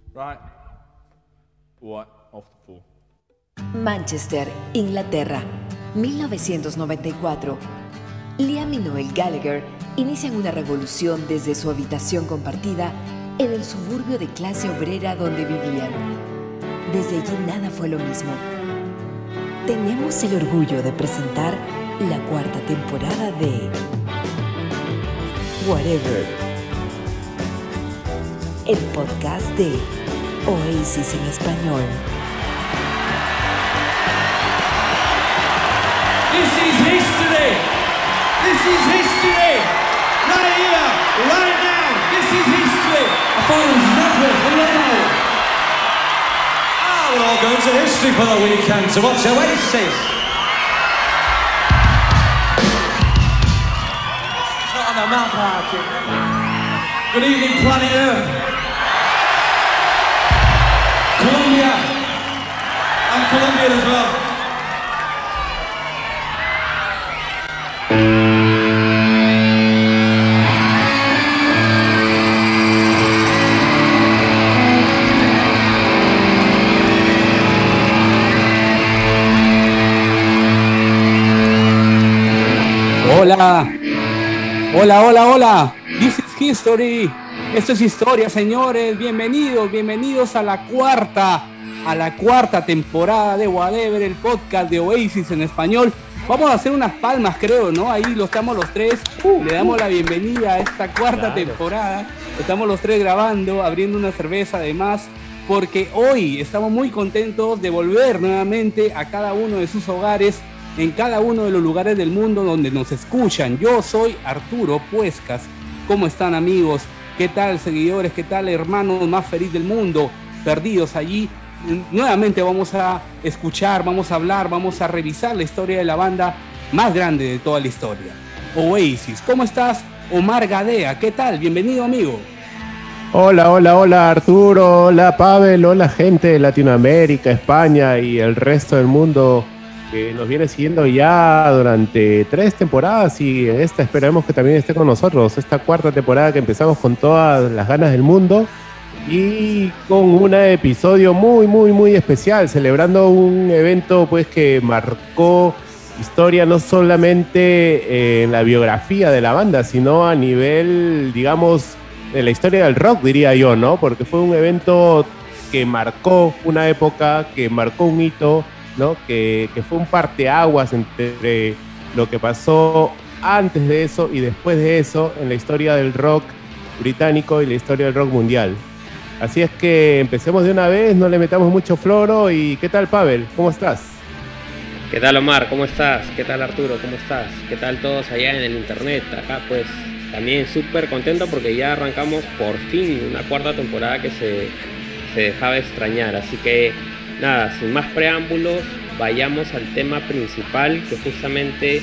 Right. What of the four? Manchester, Inglaterra, 1994. Liam y Noel Gallagher inician una revolución desde su habitación compartida en el suburbio de clase obrera donde vivían. Desde allí nada fue lo mismo. Tenemos el orgullo de presentar la cuarta temporada de Whatever, el podcast de Oasis en español. This is history! This is history! Right here, right now, this is history! I thought it was never, hello! We're all going to history for the weekend to watch Oasis! It's not on a map, Marky. Good evening, planet Earth. Colombia. I'm Colombian as well. Hola. This is history. Esto es historia, señores. Bienvenidos a la cuarta temporada de Whatever, el podcast de Oasis en español. Vamos a hacer unas palmas, creo, ¿no? Ahí lo estamos los tres. Le damos la bienvenida a esta cuarta temporada. Estamos los tres grabando, abriendo una cerveza además, porque hoy estamos muy contentos de volver nuevamente a cada uno de sus hogares, en cada uno de los lugares del mundo donde nos escuchan. Yo soy Arturo Puescas. ¿Cómo están, amigos? ¿Qué tal, seguidores? ¿Qué tal, hermanos más feliz del mundo? Perdidos allí. Nuevamente vamos a escuchar, vamos a hablar, vamos a revisar la historia de la banda más grande de toda la historia, Oasis. ¿Cómo estás, Omar Gadea? ¿Qué tal? Bienvenido, amigo. Hola Arturo, hola Pavel, hola gente de Latinoamérica, España y el resto del mundo que nos viene siguiendo ya durante 3 temporadas, y en esta esperamos que también esté con nosotros, esta cuarta temporada que empezamos con todas las ganas del mundo y con un episodio muy especial, celebrando un evento pues que marcó historia no solamente en la biografía de la banda, sino a nivel, digamos, de la historia del rock, diría yo, ¿no? Porque fue un evento que marcó una época, que marcó un hito, ¿no? Que fue un parteaguas entre lo que pasó antes de eso y después de eso en la historia del rock británico y la historia del rock mundial. Así es que empecemos de una vez, no le metamos mucho floro. ¿Y qué tal, Pavel? ¿Cómo estás? ¿Qué tal, Omar? ¿Cómo estás? ¿Qué tal, Arturo? ¿Cómo estás? ¿Qué tal todos allá en el internet? Acá pues también súper contento porque ya arrancamos por fin una cuarta temporada que se dejaba extrañar. Así que nada, sin más preámbulos, vayamos al tema principal, que justamente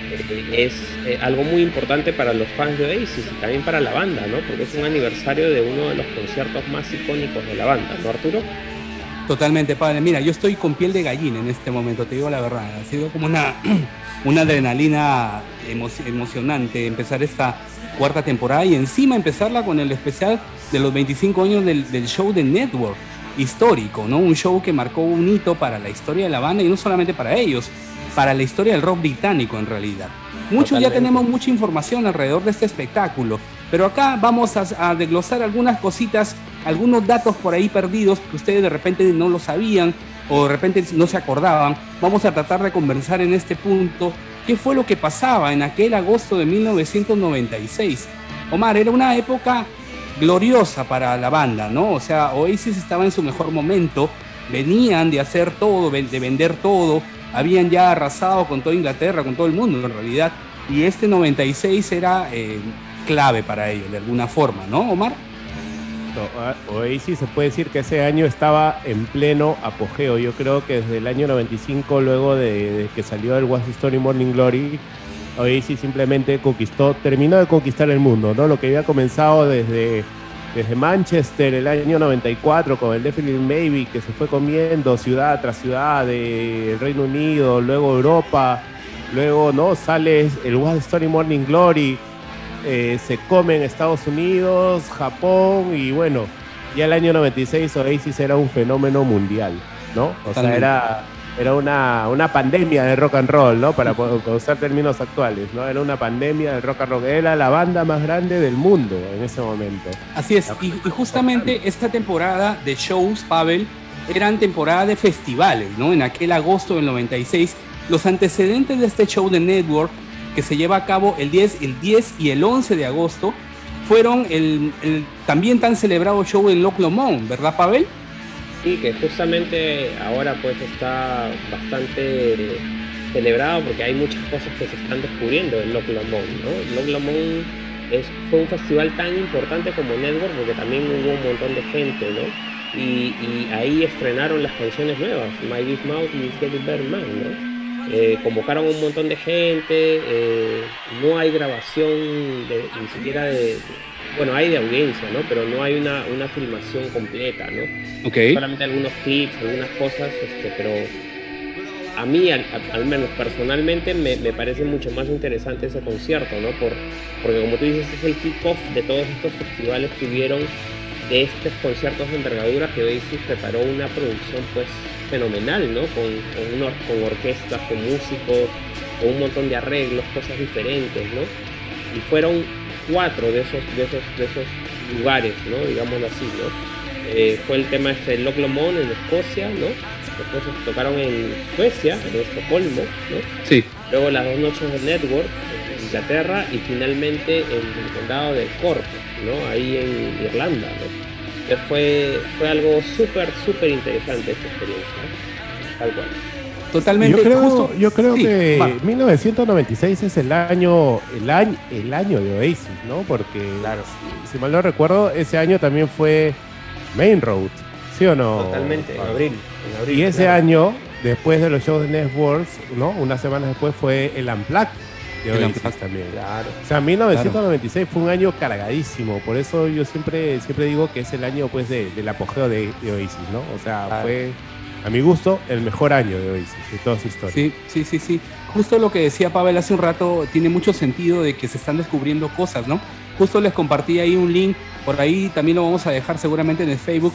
es algo muy importante para los fans de Oasis y también para la banda, ¿no? Porque es un aniversario de uno de los conciertos más icónicos de la banda, ¿no, Arturo? Totalmente, padre. Mira, yo estoy con piel de gallina en este momento, te digo la verdad. Ha sido como una adrenalina emocionante empezar esta cuarta temporada y encima empezarla con el especial de los 25 años del show de Network. Histórico, ¿no? Un show que marcó un hito para la historia de la banda y no solamente para ellos, para la historia del rock británico en realidad. Muchos ya tenemos mucha información alrededor de este espectáculo, pero acá vamos a desglosar algunas cositas, algunos datos por ahí perdidos que ustedes de repente no lo sabían o de repente no se acordaban. Vamos a tratar de conversar en este punto qué fue lo que pasaba en aquel agosto de 1996. Omar, era una época gloriosa para la banda, ¿no? O sea, Oasis estaba en su mejor momento, venían de hacer todo, de vender todo, habían ya arrasado con toda Inglaterra, con todo el mundo en realidad, y este 96 era clave para ellos de alguna forma, ¿no, Omar? Oasis se puede decir que ese año estaba en pleno apogeo. Yo creo que desde el año 95, luego de que salió el What's the Story Morning Glory, Oasis simplemente terminó de conquistar el mundo, ¿no? Lo que había comenzado desde Manchester el año 94 con el Definitely Maybe, que se fue comiendo ciudad tras ciudad del Reino Unido, luego Europa, luego, ¿no? Sale el What's the Story Morning Glory, se come en Estados Unidos, Japón, y bueno, ya el año 96 Oasis era un fenómeno mundial, ¿no? O sea, era una pandemia de rock and roll, ¿no? Para usar términos actuales, ¿no? Era una pandemia del rock and roll. Era la banda más grande del mundo en ese momento. Así es, y justamente esta temporada de shows, Pavel, eran temporada de festivales, ¿no? En aquel agosto del 96, los antecedentes de este show de Network, que se lleva a cabo el 10 y el 11 de agosto, fueron el también tan celebrado show en Loch Lomond, ¿verdad, Pavel? Sí, que justamente ahora pues está bastante celebrado porque hay muchas cosas que se están descubriendo en Loch Lomond, ¿no? Loch Lomond fue un festival tan importante como Network porque también hubo un montón de gente, ¿no? Y ahí estrenaron las canciones nuevas, My Big Mouth y It's Getting Better Man, ¿no? Convocaron un montón de gente, no hay grabación ni siquiera bueno, hay de audiencia, ¿no? Pero no hay una filmación completa, ¿no? Okay. Solamente algunos clips, algunas cosas, pero a mí, al menos personalmente, me parece mucho más interesante ese concierto, ¿no? Porque como tú dices, es el kick-off de todos estos festivales que hubieron, de estos conciertos de envergadura, que Oasis preparó una producción pues fenomenal, ¿no? Con orquestas, con músicos, con un montón de arreglos, cosas diferentes, ¿no? Y fueron 4 de esos lugares, ¿no? Digámoslo así, ¿no? Fue el tema Loch Lomond en Escocia, ¿no? Después tocaron en Suecia, en Estocolmo, ¿no? Sí. Luego las 2 noches de Network en Inglaterra y finalmente en el condado de Cork, ¿no? Ahí en Irlanda, ¿no? Fue algo súper interesante esta experiencia, ¿no? Tal cual. Totalmente. Yo creo sí, que 1996 es el año de Oasis, ¿no? Porque, claro, si mal no recuerdo, ese año también fue Main Road, ¿sí o no? Totalmente, en abril. Y ese año, después de los shows de Networks, ¿no? Unas semanas después fue el Unplugged de Oasis también. Claro. O sea, 1996 fue un año cargadísimo, por eso yo siempre digo que es el año pues del apogeo de Oasis, ¿no? O sea, fue, a mi gusto, el mejor año de Oasis, de toda su historia. Sí. Justo lo que decía Pavel hace un rato tiene mucho sentido de que se están descubriendo cosas, ¿no? Justo les compartí ahí un link, por ahí también lo vamos a dejar seguramente en el Facebook.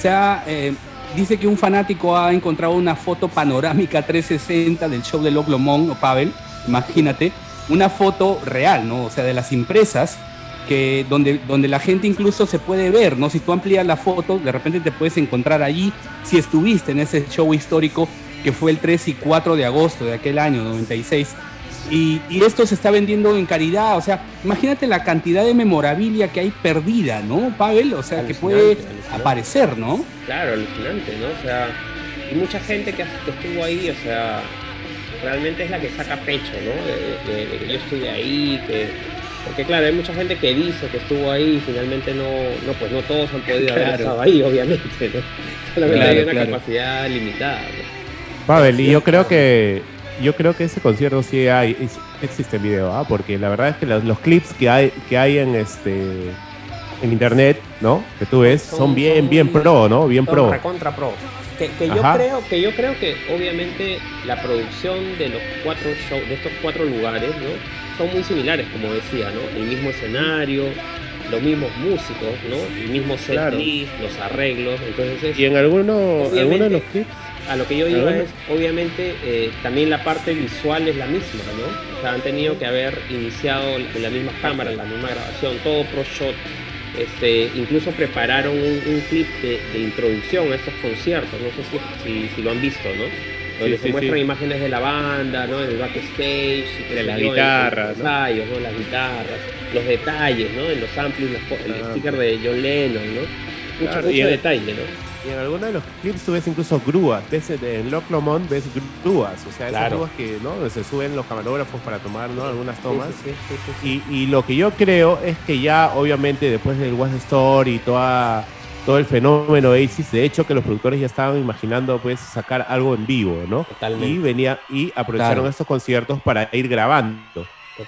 Dice que un fanático ha encontrado una foto panorámica 360 del show de Loch Lomond, Pavel, imagínate, una foto real, ¿no? O sea, de las impresas, donde la gente incluso se puede ver, ¿no? Si tú amplías la foto, de repente te puedes encontrar allí, si estuviste en ese show histórico que fue el 3 y 4 de agosto de aquel año, 96. Y esto se está vendiendo en caridad, o sea, imagínate la cantidad de memorabilia que hay perdida, ¿no, Pavel? O sea, alucinante, que puede aparecer, ¿no? Claro, alucinante, ¿no? O sea, y mucha gente que estuvo ahí, o sea, realmente es la que saca pecho, ¿no? De que yo estuve ahí, porque claro, hay mucha gente que dice que estuvo ahí y finalmente no todos han podido haber estado ahí, obviamente, ¿no? Solamente hay una capacidad limitada, ¿no? Pavel, y yo creo que ese concierto sí existe en video, porque la verdad es que los clips que hay en internet, ¿no? Que tú ves, son bien pro, ¿no? Bien pro. Recontra pro. Que yo creo que obviamente la producción de los 4 shows, de estos 4 lugares, ¿no? Son muy similares, como decía, ¿no? El mismo escenario, los mismos músicos, ¿no? El mismo setlist, los arreglos, entonces... Y en alguno de los clips... A lo que yo digo es, obviamente, también la parte visual es la misma, ¿no? O sea, han tenido que haber iniciado en las mismas cámaras, la misma grabación, todo pro shot. Incluso prepararon un clip de introducción a estos conciertos, no sé si lo han visto, ¿no? Donde se muestran imágenes de la banda, ¿no? En el backstage, de las guitarras, los ensayos, ¿no? Las guitarras, los detalles, ¿no? En los amplis, el sticker de John Lennon, ¿no? Mucho detalle, ¿no? Y en algunos de los clips tú ves incluso grúas, en Loch Lomond ves grúas, o sea, esas grúas que, ¿no? Se suben los camarógrafos para tomar, ¿no? Algunas tomas. Sí. Y lo que yo creo es que ya, obviamente, después del West Story y todo el fenómeno Oasis, de hecho que los productores ya estaban imaginando pues sacar algo en vivo, ¿no? Totalmente. Y aprovecharon estos conciertos para ir grabando.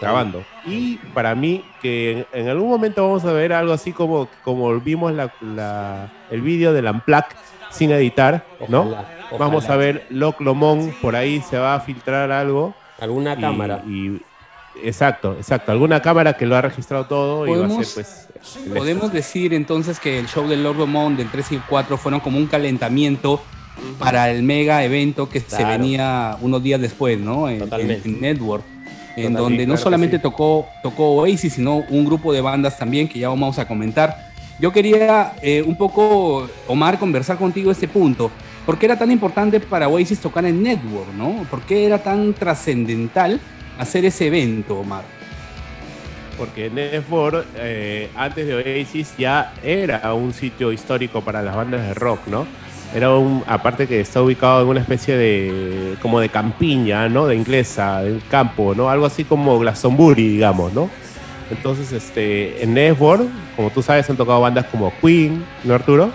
Y para mí que en algún momento vamos a ver algo así como vimos el vídeo del Unplugged sin editar, ¿no? Ojalá. Vamos a ver Loch Lomond, por ahí se va a filtrar algo. Alguna cámara. Exacto, alguna cámara que lo ha registrado todo y va a ser pues Podemos decir entonces que el show del Lord Bomont del 3 y el 4 fueron como un calentamiento para el mega evento que se venía unos días después, ¿no? En Network, en donde no solamente tocó Oasis, sino un grupo de bandas también que ya vamos a comentar. Yo quería un poco, Omar, conversar contigo este punto. ¿Por qué era tan importante para Oasis tocar en Network, ¿no? ¿Por qué era tan trascendental hacer ese evento, Omar? Porque Network, antes de Oasis, ya era un sitio histórico para las bandas de rock, ¿no? Era aparte que está ubicado en una especie de, como de campiña, ¿no? De inglesa, de campo, ¿no? Algo así como Glastonbury, digamos, ¿no? Entonces, en Network, como tú sabes, han tocado bandas como Queen, ¿no, Arturo?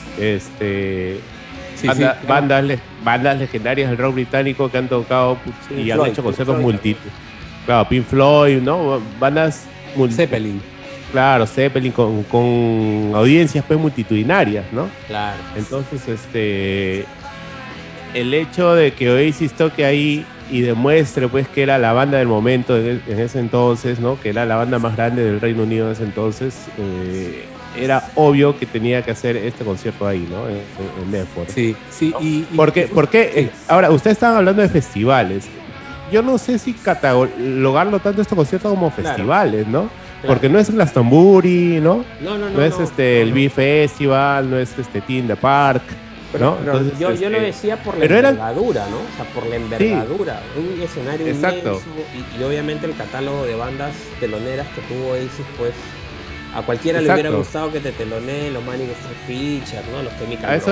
Bandas legendarias del rock británico que han tocado y han hecho conciertos multitud. Claro, Pink Floyd, ¿no? Bandas... Zeppelin. Claro, Zeppelin con audiencias pues multitudinarias, ¿no? Claro. Entonces, el hecho de que Oasis toque ahí y demuestre pues que era la banda del momento en ese entonces, ¿no? Que era la banda más grande del Reino Unido en ese entonces, era obvio que tenía que hacer este concierto ahí, ¿no? En Network. Sí, sí. ¿No? ¿Por qué? Ahora, ustedes estaban hablando de festivales. Yo no sé si catalogarlo tanto estos conciertos como festivales, ¿no? Claro. Porque no es Glastonbury, ¿no? No es el B-Festival, no es Teen in the Park, ¿no? Entonces, yo lo decía por la envergadura, ¿no? O sea, por la envergadura. Sí. Un escenario inmenso y obviamente el catálogo de bandas teloneras que tuvo Oasis, pues a cualquiera le hubiera gustado que te telonee los Manic Street Preachers, ¿no? Los Chemical Brothers.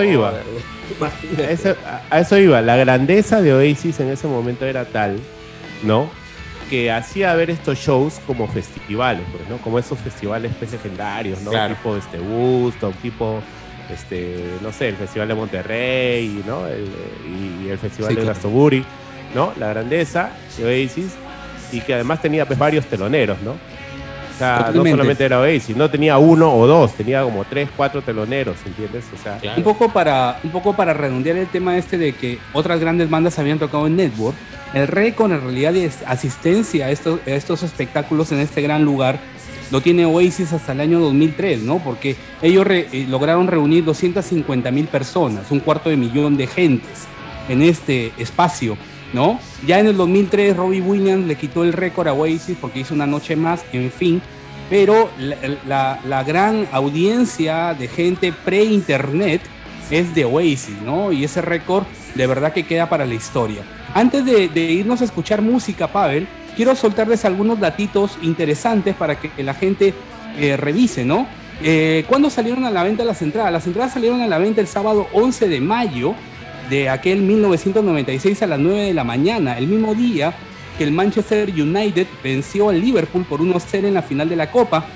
A eso iba. La grandeza de Oasis en ese momento era tal, ¿no? Que hacía ver estos shows como festivales, pues, ¿no? Como esos festivales pues, legendarios, ¿no? Claro. Tipo Woodstock, tipo, no sé, el Festival de Monterrey, ¿no? Y el Festival de Glastonbury, ¿no? La grandeza de Oasis y que además tenía pues varios teloneros, ¿no? O sea, totalmente. No solamente era Oasis, no tenía uno o dos, tenía como 3, 4 teloneros, ¿entiendes? O sea, claro. un poco para redondear el tema de que otras grandes bandas habían tocado en Network, el récord en realidad de asistencia a estos espectáculos en este gran lugar lo tiene Oasis hasta el año 2003, ¿no? Porque ellos lograron reunir 250,000 personas, 250,000 de gentes en este espacio, ¿no? Ya en el 2003 Robbie Williams le quitó el récord a Oasis porque hizo una noche más, en fin, pero la gran audiencia de gente pre-internet es de Oasis, ¿no? Y ese récord de verdad que queda para la historia. Antes de irnos a escuchar música, Pavel, quiero soltarles algunos datitos interesantes para que la gente revise, ¿no? ¿Cuándo salieron a la venta las entradas? Las entradas salieron a la venta el sábado 11 de mayo de aquel 1996 a las 9 de la mañana, el mismo día que el Manchester United venció al Liverpool por 1-0 en la final de la Copa.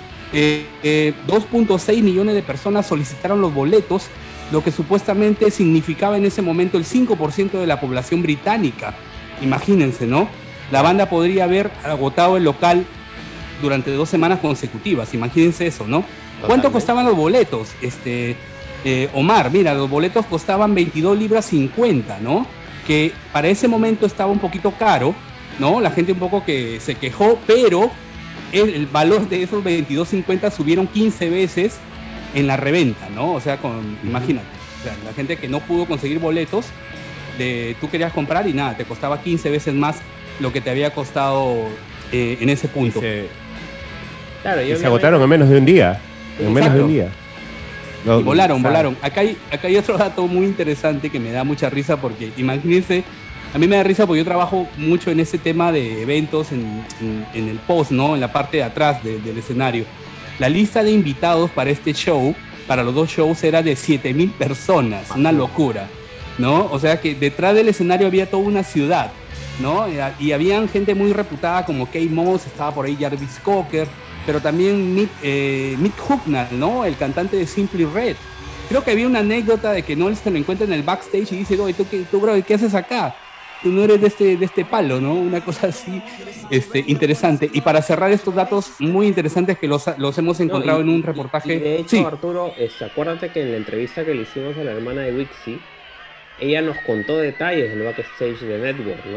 2.6 millones de personas solicitaron los boletos, lo que supuestamente significaba en ese momento el 5% de la población británica. Imagínense, ¿no? La banda podría haber agotado el local durante 2 semanas consecutivas, imagínense eso, ¿no? ¿Cuánto costaban los boletos? Omar, mira, los boletos costaban 22 libras 50, ¿no? Que para ese momento estaba un poquito caro, ¿no? La gente un poco que se quejó, pero el valor de esos 22.50 subieron 15 veces en la reventa, ¿no? O sea, imagínate, o sea, la gente que no pudo conseguir boletos, tú querías comprar y nada, te costaba 15 veces más lo que te había costado en ese punto. Y se agotaron en menos de un día. En menos de un día. Y volaron. Acá hay otro dato muy interesante que me da mucha risa porque, imagínense, a mí me da risa porque yo trabajo mucho en ese tema de eventos en el post, ¿no? En la parte de atrás del escenario. La lista de invitados para este show, para los 2 shows, era de 7,000 personas. Una locura, ¿no? O sea que detrás del escenario había toda una ciudad, ¿no? Y habían gente muy reputada como Kate Moss, estaba por ahí Jarvis Cocker, pero también Mick Hucknall, ¿no? El cantante de Simply Red. Creo que había una anécdota de que Noel se lo encuentra en el backstage y dice, oye, tú bro, ¿qué haces acá? Tú no eres de este palo, ¿no? Una cosa así interesante. Y para cerrar estos datos muy interesantes que los hemos encontrado en un reportaje. Y de hecho, Arturo, acuérdate que en la entrevista que le hicimos a la hermana de Wixie, ella nos contó detalles del backstage de Network, ¿no?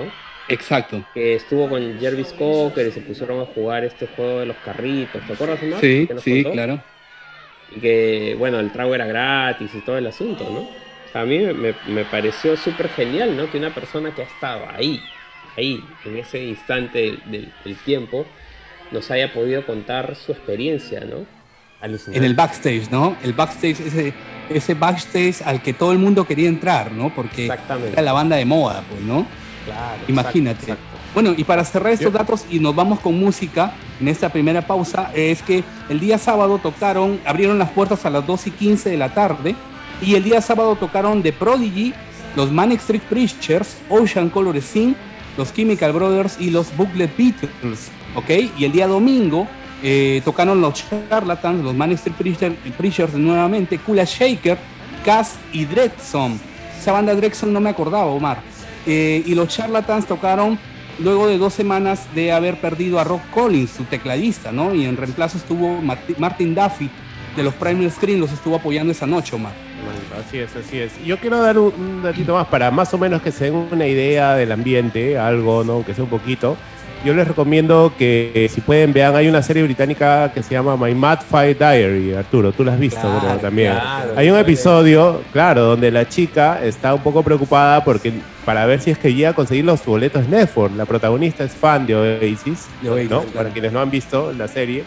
Exacto. que estuvo con Jervis Cocker y se pusieron a jugar este juego de los carritos, ¿te acuerdas, Omar? Sí, Que nos sí, contó. claro. Y que, bueno, el trago era gratis y todo el asunto, ¿no? O sea, a mí me pareció súper genial, ¿no? Que una persona que ha estado ahí, en ese instante del tiempo, nos haya podido contar su experiencia, ¿no? Alucinante. En el backstage, ¿no? El backstage, ese backstage al que todo el mundo quería entrar, ¿no? Porque Exactamente. era la banda de moda, pues, ¿no? Claro, Imagínate. exacto. Bueno, y para cerrar estos datos y nos vamos con música en esta primera pausa, es que el día sábado abrieron las puertas a las 2:15 de la tarde y el día sábado tocaron The Prodigy, los Manic Street Preachers, Ocean Color Scene, los Chemical Brothers y los Booklet Beatles, ¿ok? Y el día domingo tocaron los Charlatans, los Manic Street Preachers nuevamente, Kula Shaker, Cass y Dreadson. Esa banda Dreadson no me acordaba, Omar. Y los Charlatans tocaron luego de 2 semanas de haber perdido a Rob Collins, su tecladista, ¿no? Y en reemplazo estuvo Martin Duffy de los Primal Scream, los estuvo apoyando esa noche, Omar. Así es, así es. Yo quiero dar un datito más para más o menos que se den una idea del ambiente, algo, ¿no? Que sea un poquito. Yo les recomiendo que si pueden vean, hay una serie británica que se llama My Mad Fight Diary, Arturo, tú la has visto, Claro, creo, también. claro, Hay un claro. episodio, claro, donde la chica está un poco preocupada porque para ver si es que llega a conseguir los boletos Netflix. La protagonista es fan de Oasis, De Oasis, ¿no? claro. Para quienes no han visto la serie.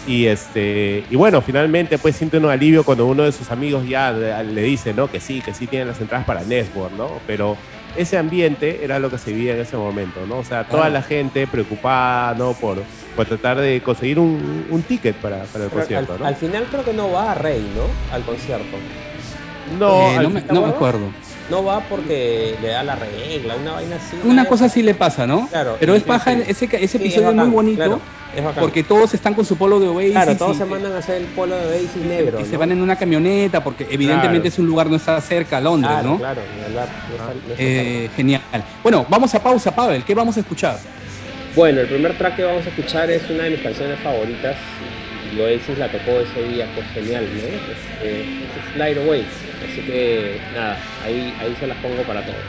Y bueno, finalmente pues siente un alivio cuando uno de sus amigos ya le dice, ¿no? Que sí tienen las entradas para Netflix, ¿no? Pero ese ambiente era lo que se vivía en ese momento, ¿no? O sea, toda la gente preocupada, ¿no? Por tratar de conseguir un ticket para el Pero concierto, ¿no? al final creo que no va a Rey, ¿no? Al concierto. No, no me acuerdo. No va porque le da la regla, una vaina así. Una cosa sí le pasa, ¿no? Claro, Pero y- es paja, sí. ese Sí, episodio es muy bacán, bonito, claro, es bacán. porque todos están con su polo de Oasis Claro, todos y, se mandan a hacer el polo de Oasis negro, y ¿no? se van en una camioneta, porque evidentemente Claro. es un lugar no está cerca a Londres, Claro, ¿no? claro, ni hablar, no está Genial. Bueno, vamos a pausa, Pavel. ¿Qué vamos a escuchar? Bueno, el primer track que vamos a escuchar es una de mis canciones favoritas y Oasis la tocó ese día, pues genial, ¿no? Es Slide Away, así que nada, ahí se las pongo para todos.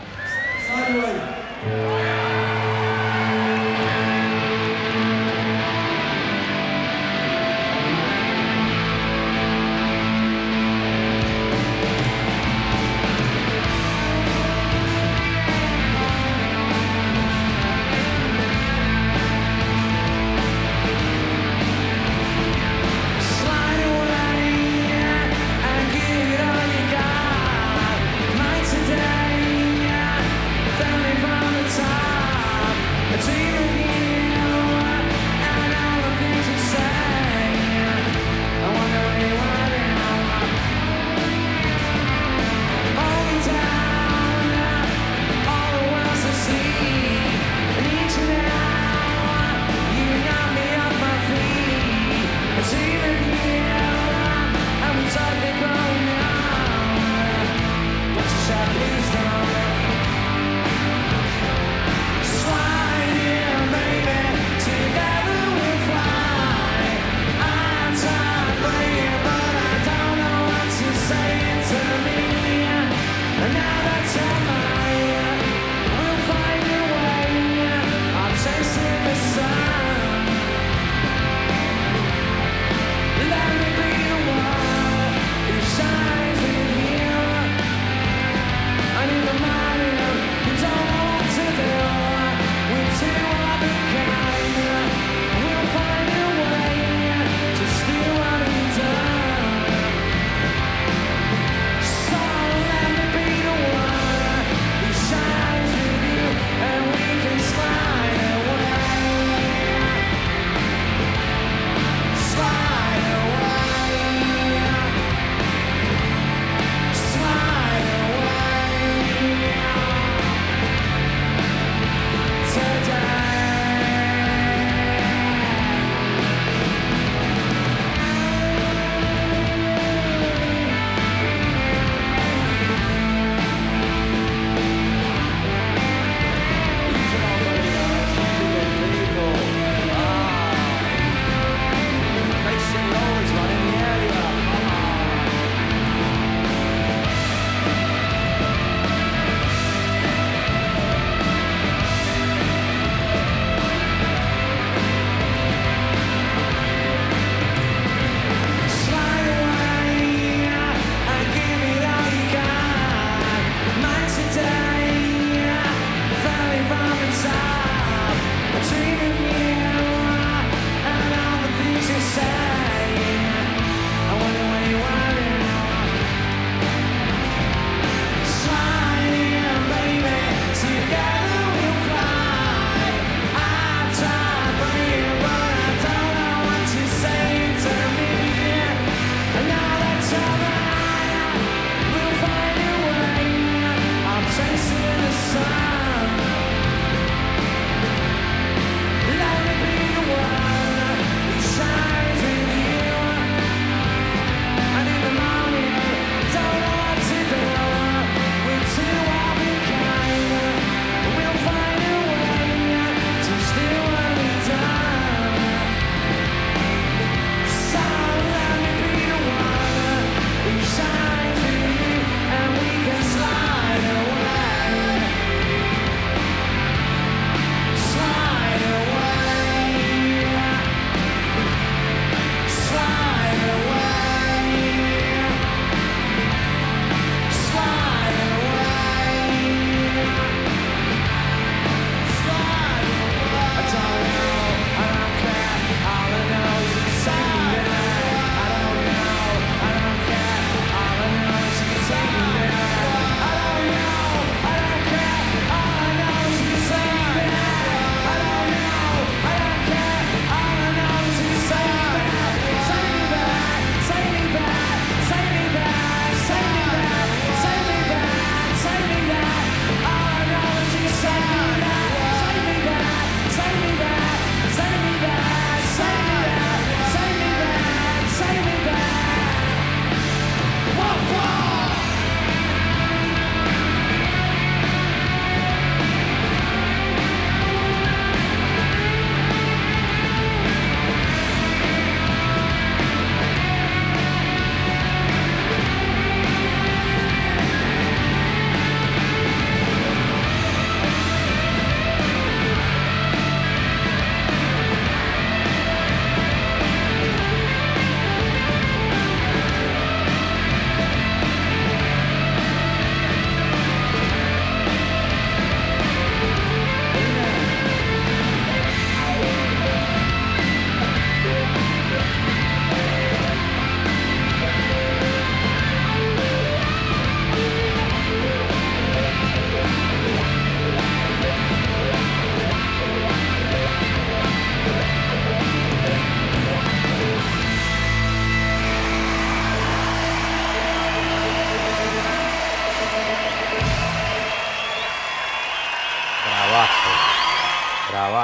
Slide away and give it all you got. Night and day, family from the top.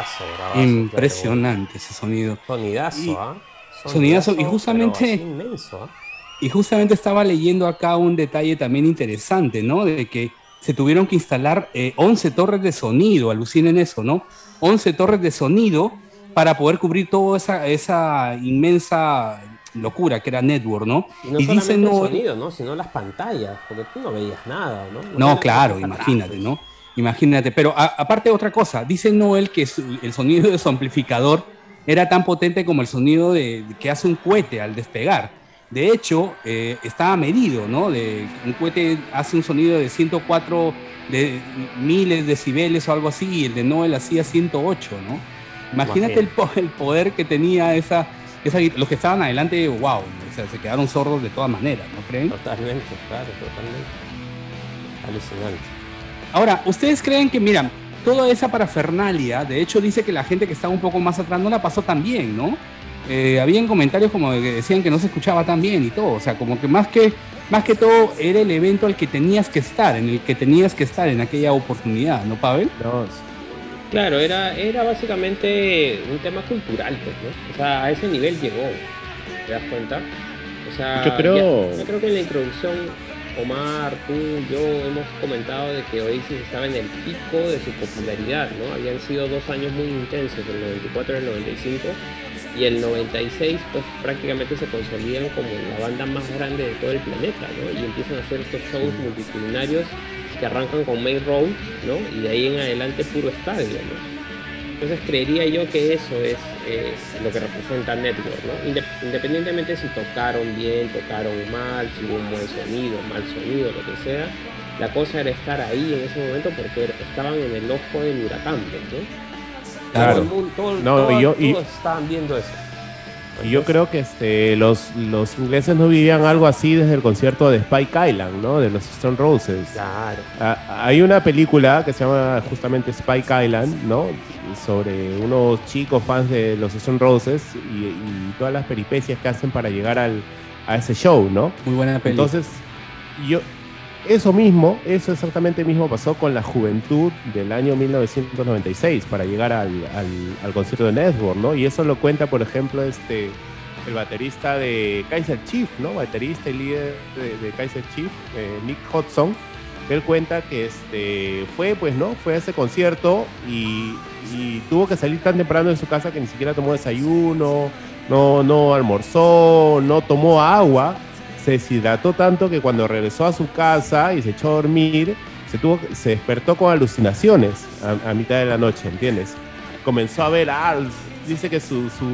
bravazo, Impresionante ese sonido. Sonidazo, ¿ah? Sonidazo, y justamente... pero así inmenso, ¿ah? Y justamente estaba leyendo acá un detalle también interesante, ¿no? De que se tuvieron que instalar 11 torres de sonido, alucinen eso, ¿no? 11 torres de sonido para poder cubrir toda esa inmensa locura que era Network, ¿no? Y no solamente el sonido, ¿no? Sino las pantallas, porque tú no veías nada, ¿no? No, claro, imagínate, ¿no? Imagínate, pero aparte otra cosa, dice Noel que el sonido de su amplificador era tan potente como el sonido que hace un cohete al despegar. De hecho, estaba medido, ¿no? Un cohete hace un sonido de 104 miles decibeles o algo así, y el de Noel hacía 108, ¿no? Imagínate el poder que tenía los que estaban adelante, wow, o sea, se quedaron sordos de todas maneras, ¿no creen? Totalmente, claro, totalmente. Alucinante. Ahora, ¿ustedes creen que, mira, toda esa parafernalia, de hecho dice que la gente que estaba un poco más atrás no la pasó tan bien, ¿no? Habían comentarios como que decían que no se escuchaba tan bien y todo, o sea, como que más que todo era el evento al que tenías que estar, en el que tenías que estar en aquella oportunidad, ¿no, Pavel? No, claro, era básicamente un tema cultural, pues, ¿no? O sea, a ese nivel llegó, ¿te das cuenta? O sea, yo creo que en la introducción, Omar, tú, yo hemos comentado de que Oasis estaba en el pico de su popularidad, ¿no? Habían sido 2 años muy intensos, el 94 y el 95, y el 96 pues prácticamente se consolidan como la banda más grande de todo el planeta, ¿no? Y empiezan a hacer estos shows multitudinarios que arrancan con Main Road, ¿no? Y de ahí en adelante puro estadio, ¿no? Entonces creería yo que eso es lo que representa Network, ¿no? Independientemente si tocaron bien, tocaron mal, si hubo un buen sonido, mal sonido, lo que sea, la cosa era estar ahí en ese momento porque estaban en el ojo del huracán, ¿no? Claro. Todo el mundo, todos estaban viendo eso. Y yo creo que los ingleses no vivían algo así desde el concierto de Spike Island, ¿no? De los Stone Roses. Claro. Hay una película que se llama justamente Spike Island, ¿no? Sobre unos chicos fans de los Stone Roses y todas las peripecias que hacen para llegar a ese show, ¿no? Muy buena película. Entonces, eso exactamente mismo pasó con la juventud del año 1996 para llegar al concierto de Network, ¿no? Y eso lo cuenta, por ejemplo, el baterista de Kaiser Chief, ¿no? Baterista y líder de Kaiser Chief, Nick Hudson. Él cuenta que fue a ese concierto y tuvo que salir tan temprano de su casa que ni siquiera tomó desayuno, no almorzó, no tomó agua. Se deshidrató tanto que cuando regresó a su casa y se echó a dormir, se despertó con alucinaciones a mitad de la noche, ¿entiendes? Comenzó a ver, dice que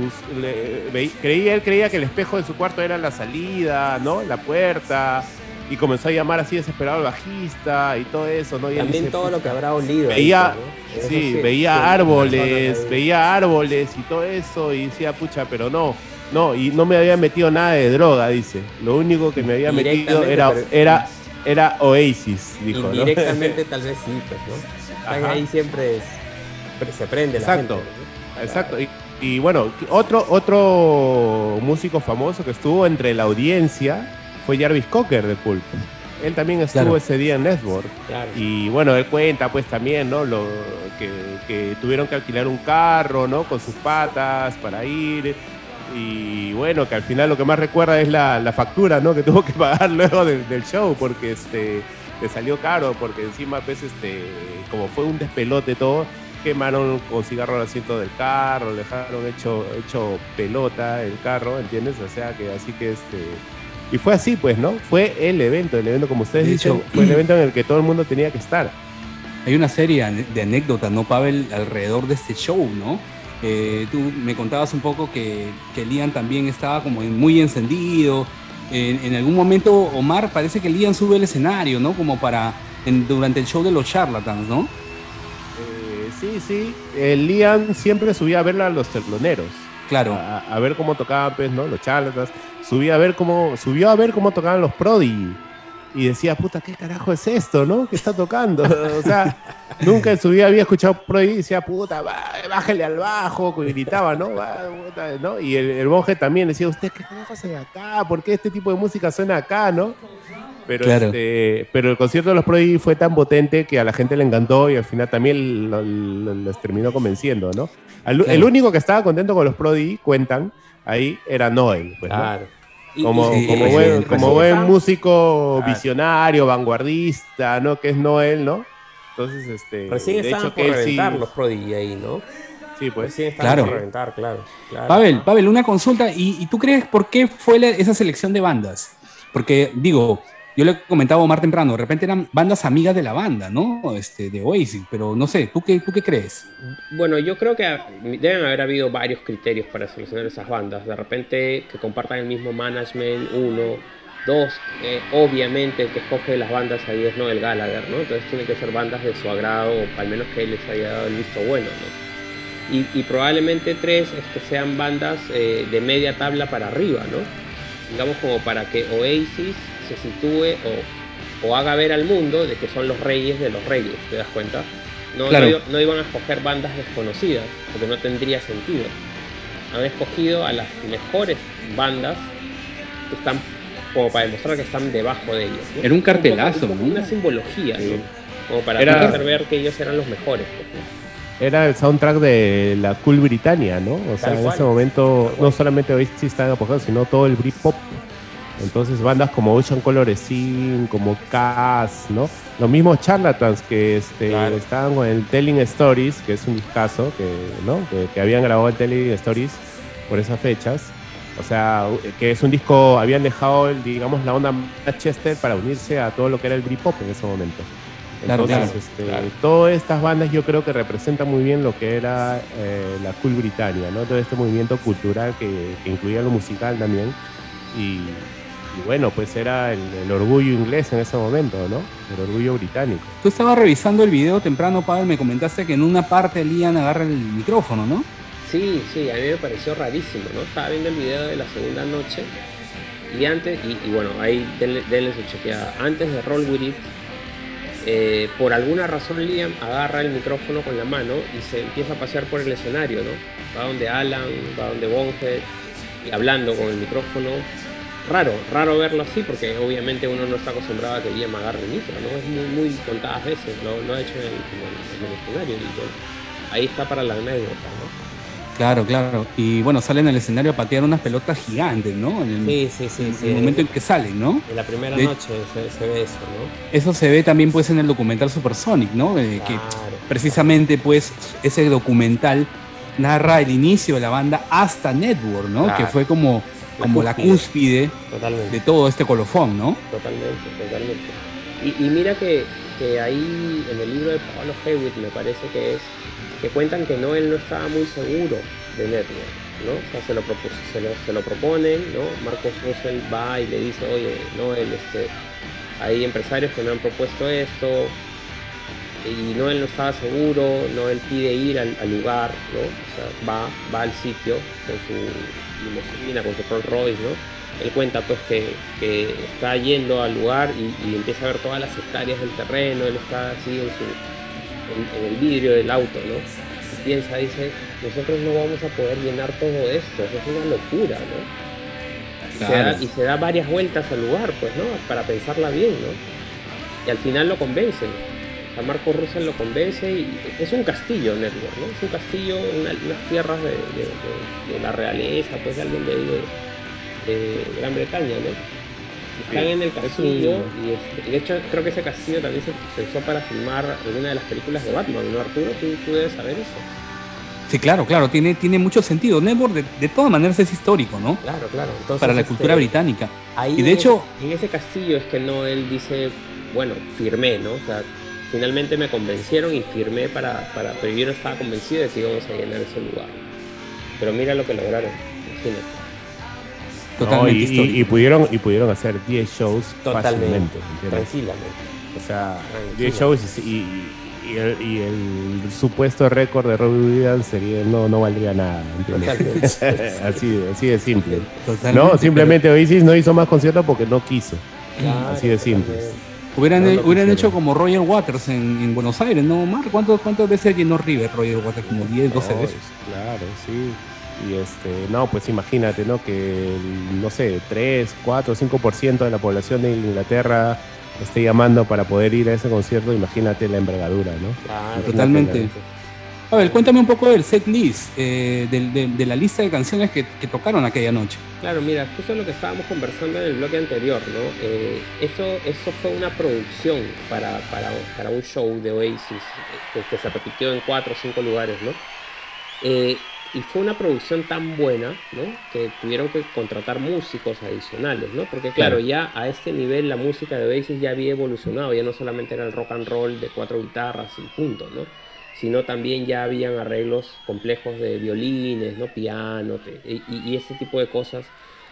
él creía que el espejo de su cuarto era la salida, ¿no? La puerta, y comenzó a llamar así desesperado al bajista y todo eso, ¿no? Y también dice, todo lo que habrá olido. Veía, ¿no? sí, veía árboles y todo eso, y decía, pucha, pero no, y no me había metido nada de droga, dice. Lo único que me había metido era Oasis, dijo, ¿no? Indirectamente tal vez sí, pues, ¿no? Ahí siempre se prende la gente, ¿no? Exacto. Y bueno, otro músico famoso que estuvo entre la audiencia fue Jarvis Cocker de Pulp. Él también estuvo ese día en Network. Claro. Y bueno, él cuenta pues también, ¿no? Que tuvieron que alquilar un carro, ¿no? Con sus patas para ir. Y bueno, que al final lo que más recuerda es la factura, ¿no? Que tuvo que pagar luego del show porque le salió caro, porque encima pues como fue un despelote todo, quemaron con cigarro el asiento del carro, dejaron hecho pelota el carro, ¿entiendes? O sea que así que y fue así pues, ¿no? Fue el evento como ustedes dicen, fue el evento en el que todo el mundo tenía que estar. Hay una serie de anécdotas, ¿no, Pavel? Alrededor de este show, ¿no? Tú me contabas un poco que Liam también estaba como muy encendido. En algún momento, Omar, parece que Liam sube al escenario, ¿no? Como durante el show de los Charlatans, ¿no? Sí. Liam siempre subía a ver a los teloneros. Claro. A ver cómo tocaban, pues, ¿no? Los Charlatans. Subió a ver cómo tocaban los Prodigy. Y decía, puta, ¿qué carajo es esto, no? ¿Qué está tocando? O sea, nunca en su vida había escuchado Prodigy y decía, puta, bájale al bajo, y gritaba, ¿no? Puta, ¿no? Y el monje también decía, ¿usted qué carajo hace acá? ¿Por qué este tipo de música suena acá, no? Pero, Claro. pero el concierto de los Prodigy fue tan potente que a la gente le encantó y al final también les terminó convenciendo, ¿no? El único que estaba contento con los Prodigy, cuentan, ahí era Noel, pues, ¿no? Claro. Y- Como, Sí, como recién- buen, recién como buen estaban- músico Claro. visionario, vanguardista, ¿no? Que es Noel, ¿no? Entonces, Recién de estaban hecho por que él sí, reventar los Prodigy ahí, ¿no? sí, pues. Recién estaban Claro. por reventar, claro. Pavel, una consulta. ¿Y tú crees por qué fue esa selección de bandas? Porque, digo, yo le comentaba a Omar temprano, de repente eran bandas amigas de la banda, ¿no? De Oasis, pero no sé, ¿tú qué crees? Bueno, yo creo que deben haber habido varios criterios para seleccionar esas bandas. De repente que compartan el mismo management, uno. Dos, obviamente el que escoge las bandas ahí es Noel Gallagher, ¿no? Entonces tienen que ser bandas de su agrado, o al menos que él les haya dado el visto bueno, ¿no? Y probablemente tres que sean bandas de media tabla para arriba, ¿no? Digamos como para que Oasis se sitúe o haga ver al mundo de que son los reyes de los reyes, ¿te das cuenta? Claro. No iban a escoger bandas desconocidas, porque no tendría sentido. Han escogido a las mejores bandas que están como para demostrar que están debajo de ellos, ¿no? Era un cartelazo, Un poco ¿no? una simbología, Sí. ¿no? Como para Era- hacer ver que ellos eran los mejores, pues, ¿no? Era el soundtrack de la Cool Britannia, ¿no? O sea, Tal en cual. ese momento Tal cual. no solamente Oasis estaban apoyados, sino todo el Britpop. Entonces bandas como Ocean Color Scene, como Cass, ¿no? Los mismos Charlatans que Claro. estaban con el Telling Stories, que es un discazo, ¿no? que habían grabado el Telling Stories por esas fechas. O sea, que es un disco, habían dejado, digamos, la onda Manchester para unirse a todo lo que era el Britpop en ese momento. Claro, Entonces, claro. todas estas bandas yo creo que representan muy bien lo que era la Cool Britannia, ¿no? Todo este movimiento cultural que incluía lo musical también. Y bueno, pues era el orgullo inglés en ese momento, ¿no? El orgullo británico. Tú estabas revisando el video temprano, Pavel, me comentaste que en una parte Liam agarra el micrófono, ¿no? Sí, a mí me pareció rarísimo, ¿no? Estaba viendo el video de la segunda noche y antes, y bueno, ahí denle su chequeada. Antes de Roll With It, por alguna razón Liam agarra el micrófono con la mano y se empieza a pasear por el escenario, ¿no? Va donde Alan, va donde Bonhead, y hablando con el micrófono. Raro verlo así porque obviamente uno no está acostumbrado a que Liam agarre el micro, ¿no? Es muy contadas veces, lo ha hecho en el escenario y bueno, ahí está para la anécdota, ¿no? Claro. Y bueno, salen al escenario a patear unas pelotas gigantes, ¿no? En el momento en que salen, ¿no? En la primera De- noche se ve eso, ¿no? Eso se ve también pues en el documental Supersonic, ¿no? Que Claro. precisamente pues ese documental narra el inicio de la banda hasta Network, ¿no? Claro. Que fue como la cúspide. cúspide Totalmente. de todo este colofón, ¿no? Totalmente. Y mira que ahí en el libro de Pablo Hewitt me parece que cuentan que Noel no estaba muy seguro de Network, ¿no? O sea, se lo proponen, ¿no? Marcos Russell va y le dice, oye, Noel, hay empresarios que me han propuesto esto, y Noel no estaba seguro, Noel pide ir al lugar, ¿no? O sea, va al sitio con su limusina, con su Rolls Royce, ¿no? Él cuenta pues que está yendo al lugar y empieza a ver todas las hectáreas del terreno, él está así en el vidrio del auto, ¿no? Y piensa, dice, nosotros no vamos a poder llenar todo esto, eso es una locura, ¿no? Claro. Y se da varias vueltas al lugar, pues, ¿no? Para pensarla bien, ¿no? Y al final lo convencen. A Marco Russell lo convence y es un castillo Network, ¿no? Es un castillo, unas tierras de la realeza, pues de alguien de ahí de Gran Bretaña, ¿no? Y están en el castillo y de hecho creo que ese castillo también se usó para filmar alguna de las películas de Batman, ¿no, Arturo? Tú debes saber eso. Sí, claro, tiene mucho sentido. Network de todas maneras es histórico, ¿no? Claro. Entonces, Para la cultura británica. Ahí Y de hecho, en ese castillo es que Noel dice, bueno, firmé, ¿no? O sea, finalmente me convencieron y firmé pero yo no estaba convencido de que íbamos a llenar ese lugar. Pero mira lo que lograron, imagínate. totalmente No, histórico. y pudieron hacer 10 shows Totalmente, fácilmente, ¿entiendes? tranquilamente. O sea, Tranquilo. 10 shows y el supuesto récord de Robbie Williams no valdría nada, ¿entiendes? Totalmente. así de simple. Totalmente, No, simplemente Oasis no hizo más conciertos porque no quiso. Claro, Así de simple. totalmente. Hubieran No, hubieran no, hecho no. como Roger Waters en Buenos Aires, ¿no, Omar? ¿Cuántas veces llenó River Roger Waters? Como 10, 12 No, veces. Claro, sí. Y no, pues imagínate, ¿no? Que, no sé, 3, 4, 5% de la población de Inglaterra esté llamando para poder ir a ese concierto, imagínate la envergadura, ¿no? Claro, Totalmente. A ver, cuéntame un poco del set list, de la lista de canciones que tocaron aquella noche. Claro, mira, justo lo que estábamos conversando en el bloque anterior, ¿no? Eso fue una producción para un show de Oasis que se repitió en 4 o 5 lugares, ¿no? Y fue una producción tan buena, ¿no? Que tuvieron que contratar músicos adicionales, ¿no? Porque claro, ya a este nivel la música de Oasis ya había evolucionado, ya no solamente era el rock and roll de 4 guitarras y punto, ¿no? Sino también ya habían arreglos complejos de violines, ¿no? Piano, y ese tipo de cosas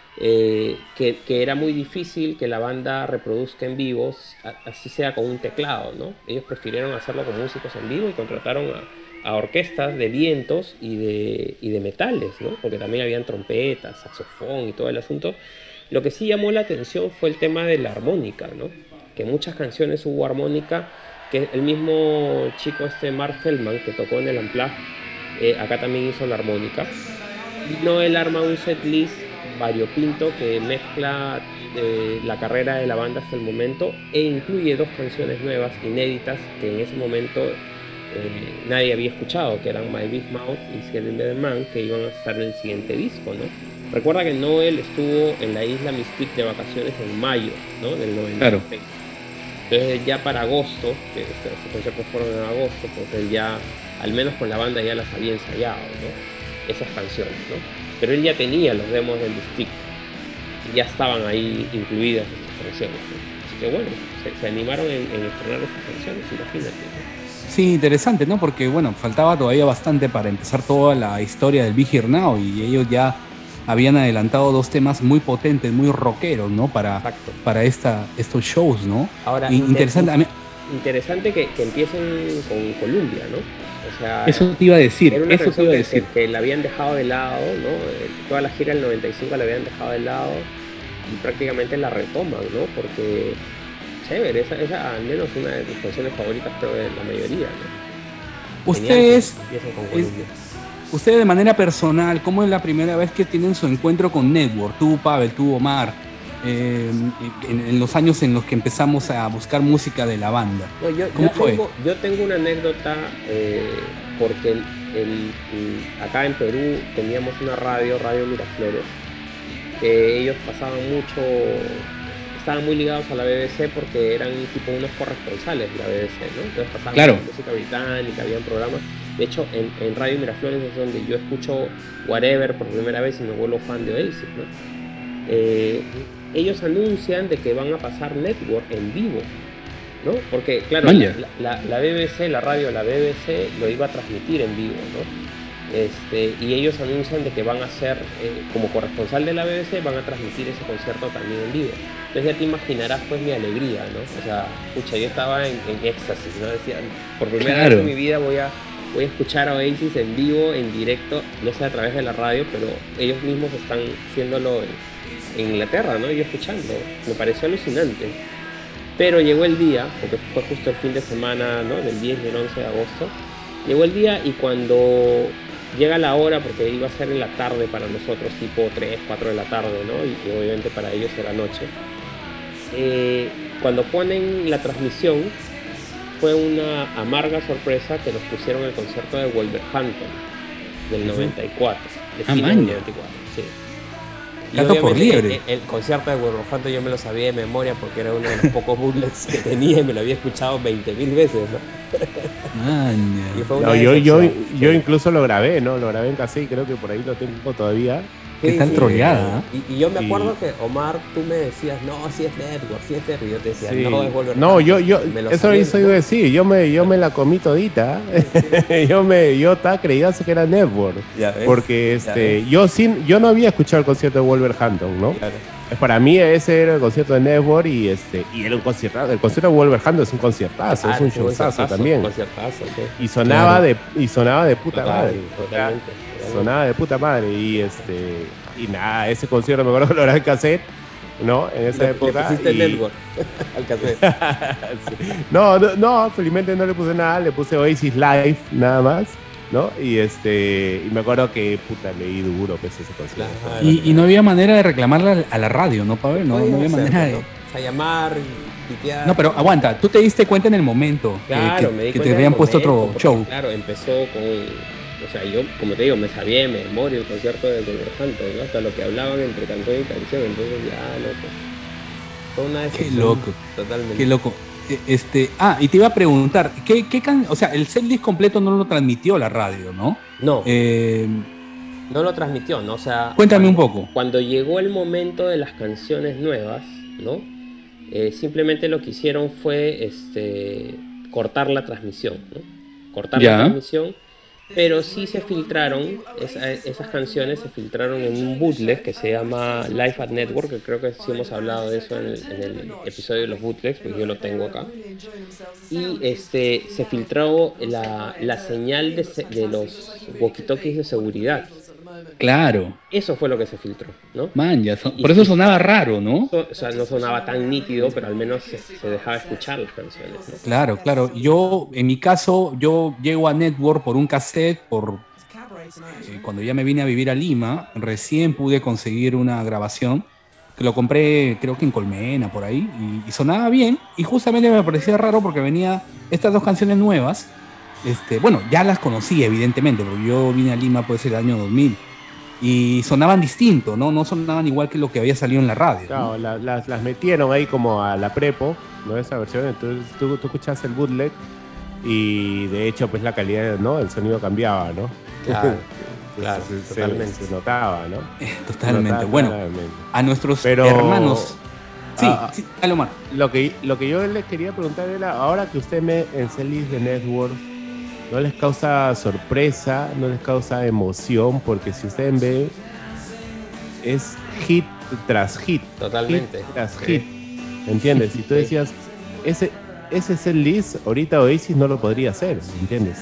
que era muy difícil que la banda reproduzca en vivo, así sea con un teclado, ¿no? Ellos prefirieron hacerlo con músicos en vivo y contrataron a orquestas de vientos y de metales, ¿no? Porque también habían trompetas, saxofón y todo el asunto. Lo que sí llamó la atención fue el tema de la armónica, ¿no? Que en muchas canciones hubo armónica, que el mismo chico Mark Feldman que tocó en el Unplugged, acá también hizo la armónica. Y no, él arma un setlist variopinto que mezcla la carrera de la banda hasta el momento e incluye 2 canciones nuevas, inéditas, que en ese momento nadie había escuchado, que eran My Big Mouth y Scared Little Man, que iban a estar en el siguiente disco, ¿no? Recuerda que Noel estuvo en la isla Mystique de vacaciones en mayo, ¿no? Del 96. Claro. Entonces ya para agosto, que estos conciertos fueron en agosto, pues él ya, al menos con la banda, ya las había ensayado, ¿no? Esas canciones, ¿no? Pero él ya tenía los demos del Mystique, y ya estaban ahí incluidas estas canciones, ¿no? Así que bueno, se animaron en estrenar estas canciones, imagínate, ¿no? Sí, interesante, ¿no? Porque, bueno, faltaba todavía bastante para empezar toda la historia del Be Here Now y ellos ya habían adelantado 2 temas muy potentes, muy rockeros, ¿no? Para estos shows, ¿no? Ahora, interesante que empiecen con Columbia, ¿no? O sea, eso te iba a decir, era una canción que la habían dejado de lado, ¿no? Toda la gira del 95 la habían dejado de lado y prácticamente la retoman, ¿no? Porque chévere, esa al menos una de mis canciones favoritas, creo, de la mayoría, ¿no? Ustedes de manera personal, ¿cómo es la primera vez que tienen su encuentro con Network? Tú, Pavel, tú, Omar, en los años en los que empezamos a buscar música de la banda. No, yo tengo una anécdota porque acá en Perú teníamos una Radio Miraflores, que ellos pasaban mucho, estaban muy ligados a la BBC porque eran tipo unos corresponsales de la BBC, ¿no? Entonces pasaban música británica, habían programas. De hecho, en Radio Miraflores es donde yo escucho Whatever por primera vez y me vuelvo fan de Oasis, ¿no? Ellos anuncian de que van a pasar Network en vivo, ¿no? Porque, claro, la BBC, la radio, la BBC lo iba a transmitir en vivo, ¿no? Y ellos anuncian de que van a hacer, como corresponsal de la BBC, van a transmitir ese concierto también en vivo. Entonces ya te imaginarás pues mi alegría, ¿no? O sea, pucha, yo estaba en éxtasis, ¿no? Decía, por primera vez en mi vida voy a escuchar a Oasis en vivo, en directo, no sé a través de la radio, pero ellos mismos están haciéndolo en Inglaterra, ¿no? Yo escuchando, me pareció alucinante. Pero llegó el día, porque fue justo el fin de semana, ¿no? Del 10 y el 11 de agosto. Llegó el día y cuando llega la hora, porque iba a ser en la tarde para nosotros, tipo 3, 4 de la tarde, ¿no? Y obviamente para ellos era noche. Cuando ponen la transmisión, fue una amarga sorpresa que nos pusieron el concierto de Wolverhampton del 94. De del 94, sí. Gato por liebre. El concierto de Wolverhampton yo me lo sabía de memoria porque era uno de los pocos bootlets que tenía y me lo había escuchado 20.000 veces, ¿no? Yo incluso lo grabé, ¿no? Lo grabé en cassette y creo que por ahí lo tengo todavía. ¿Qué tal troleada? Y yo me acuerdo que, Omar, tú me decías, no, si es Network, si es Network. Y yo te decía, no, es Wolverhampton. No, eso iba a decir, yo me la comí todita. yo estaba creyendo que era Network. Porque yo no había escuchado el concierto de Wolverhampton, ¿no? Claro. Para mí ese era el concierto de Network y era un conciertazo. El concierto de Wolverhampton es un conciertazo, es un showzazo también. Un conciertazo, sí. Y sonaba de puta madre. Totalmente. Sonaba de puta madre y nada, ese concierto me acuerdo que lo grabé en cassette, ¿no? En esa época. Le pusiste Network al cassette. Sí. No, felizmente no le puse nada, le puse Oasis Live nada más. ¿no? Y me acuerdo que, puta, leí duro pues ese concierto. Claro. Y no había manera de reclamarla a la radio, ¿no, Pavel? No había manera de... O sea, llamar y pitear. No, pero aguanta, tú te diste cuenta en el momento Claro, me di que cuenta te en habían el puesto momento, otro porque, show. Claro, empezó con... O sea, yo, como te digo, me sabía de memoria el concierto de Color Santo, ¿no? Hasta lo que hablaban entre canción y canción, entonces ya, loco. Fue una decepción. Qué loco. Totalmente. Qué loco. Y te iba a preguntar, o sea, el setlist completo no lo transmitió la radio, ¿no? No, no lo transmitió, ¿no? O sea... Cuéntame un poco. Cuando llegó el momento de las canciones nuevas, ¿no? Simplemente lo que hicieron fue cortar la transmisión, ¿no? Cortar Ya. la transmisión, pero sí se filtraron, esas canciones se filtraron en un bootleg que se llama Live at Network, que creo que sí hemos hablado de eso en el episodio de los bootlegs, porque yo lo tengo acá. Y se filtró la señal de los walkie-talkies de seguridad. Claro. Eso fue lo que se filtró, ¿no? Man, por eso sonaba raro, ¿no? O sea, no sonaba tan nítido, pero al menos se dejaba escuchar las canciones, ¿no? Claro, claro. Yo, en mi caso, yo llego a Network por un cassette, cuando ya me vine a vivir a Lima, recién pude conseguir una grabación, que lo compré creo que en Colmena, por ahí, y sonaba bien, y justamente me parecía raro porque venía estas dos canciones nuevas. Bueno, ya las conocí, evidentemente, porque yo vine a Lima pues el año 2000, y sonaban distinto, ¿no? No sonaban igual que lo que había salido en la radio. Claro, las metieron ahí como a la prepo, ¿no? Esa versión, entonces tú escuchas el bootleg y de hecho pues la calidad, ¿no? El sonido cambiaba, ¿no? Claro, claro, se notaba, ¿no? Totalmente. Se notaba Bueno, claramente. a nuestros Pero- hermanos... Sí, sí, dale, Omar. Lo que yo les quería preguntar era, ahora que usted me en setlist de Network, ¿no les causa sorpresa, no les causa emoción? Porque si ustedes ven, es hit tras hit. Totalmente. Hit tras Sí. hit. ¿Entiendes? Si tú decías, ese setlist, ahorita Oasis no lo podría hacer, ¿entiendes?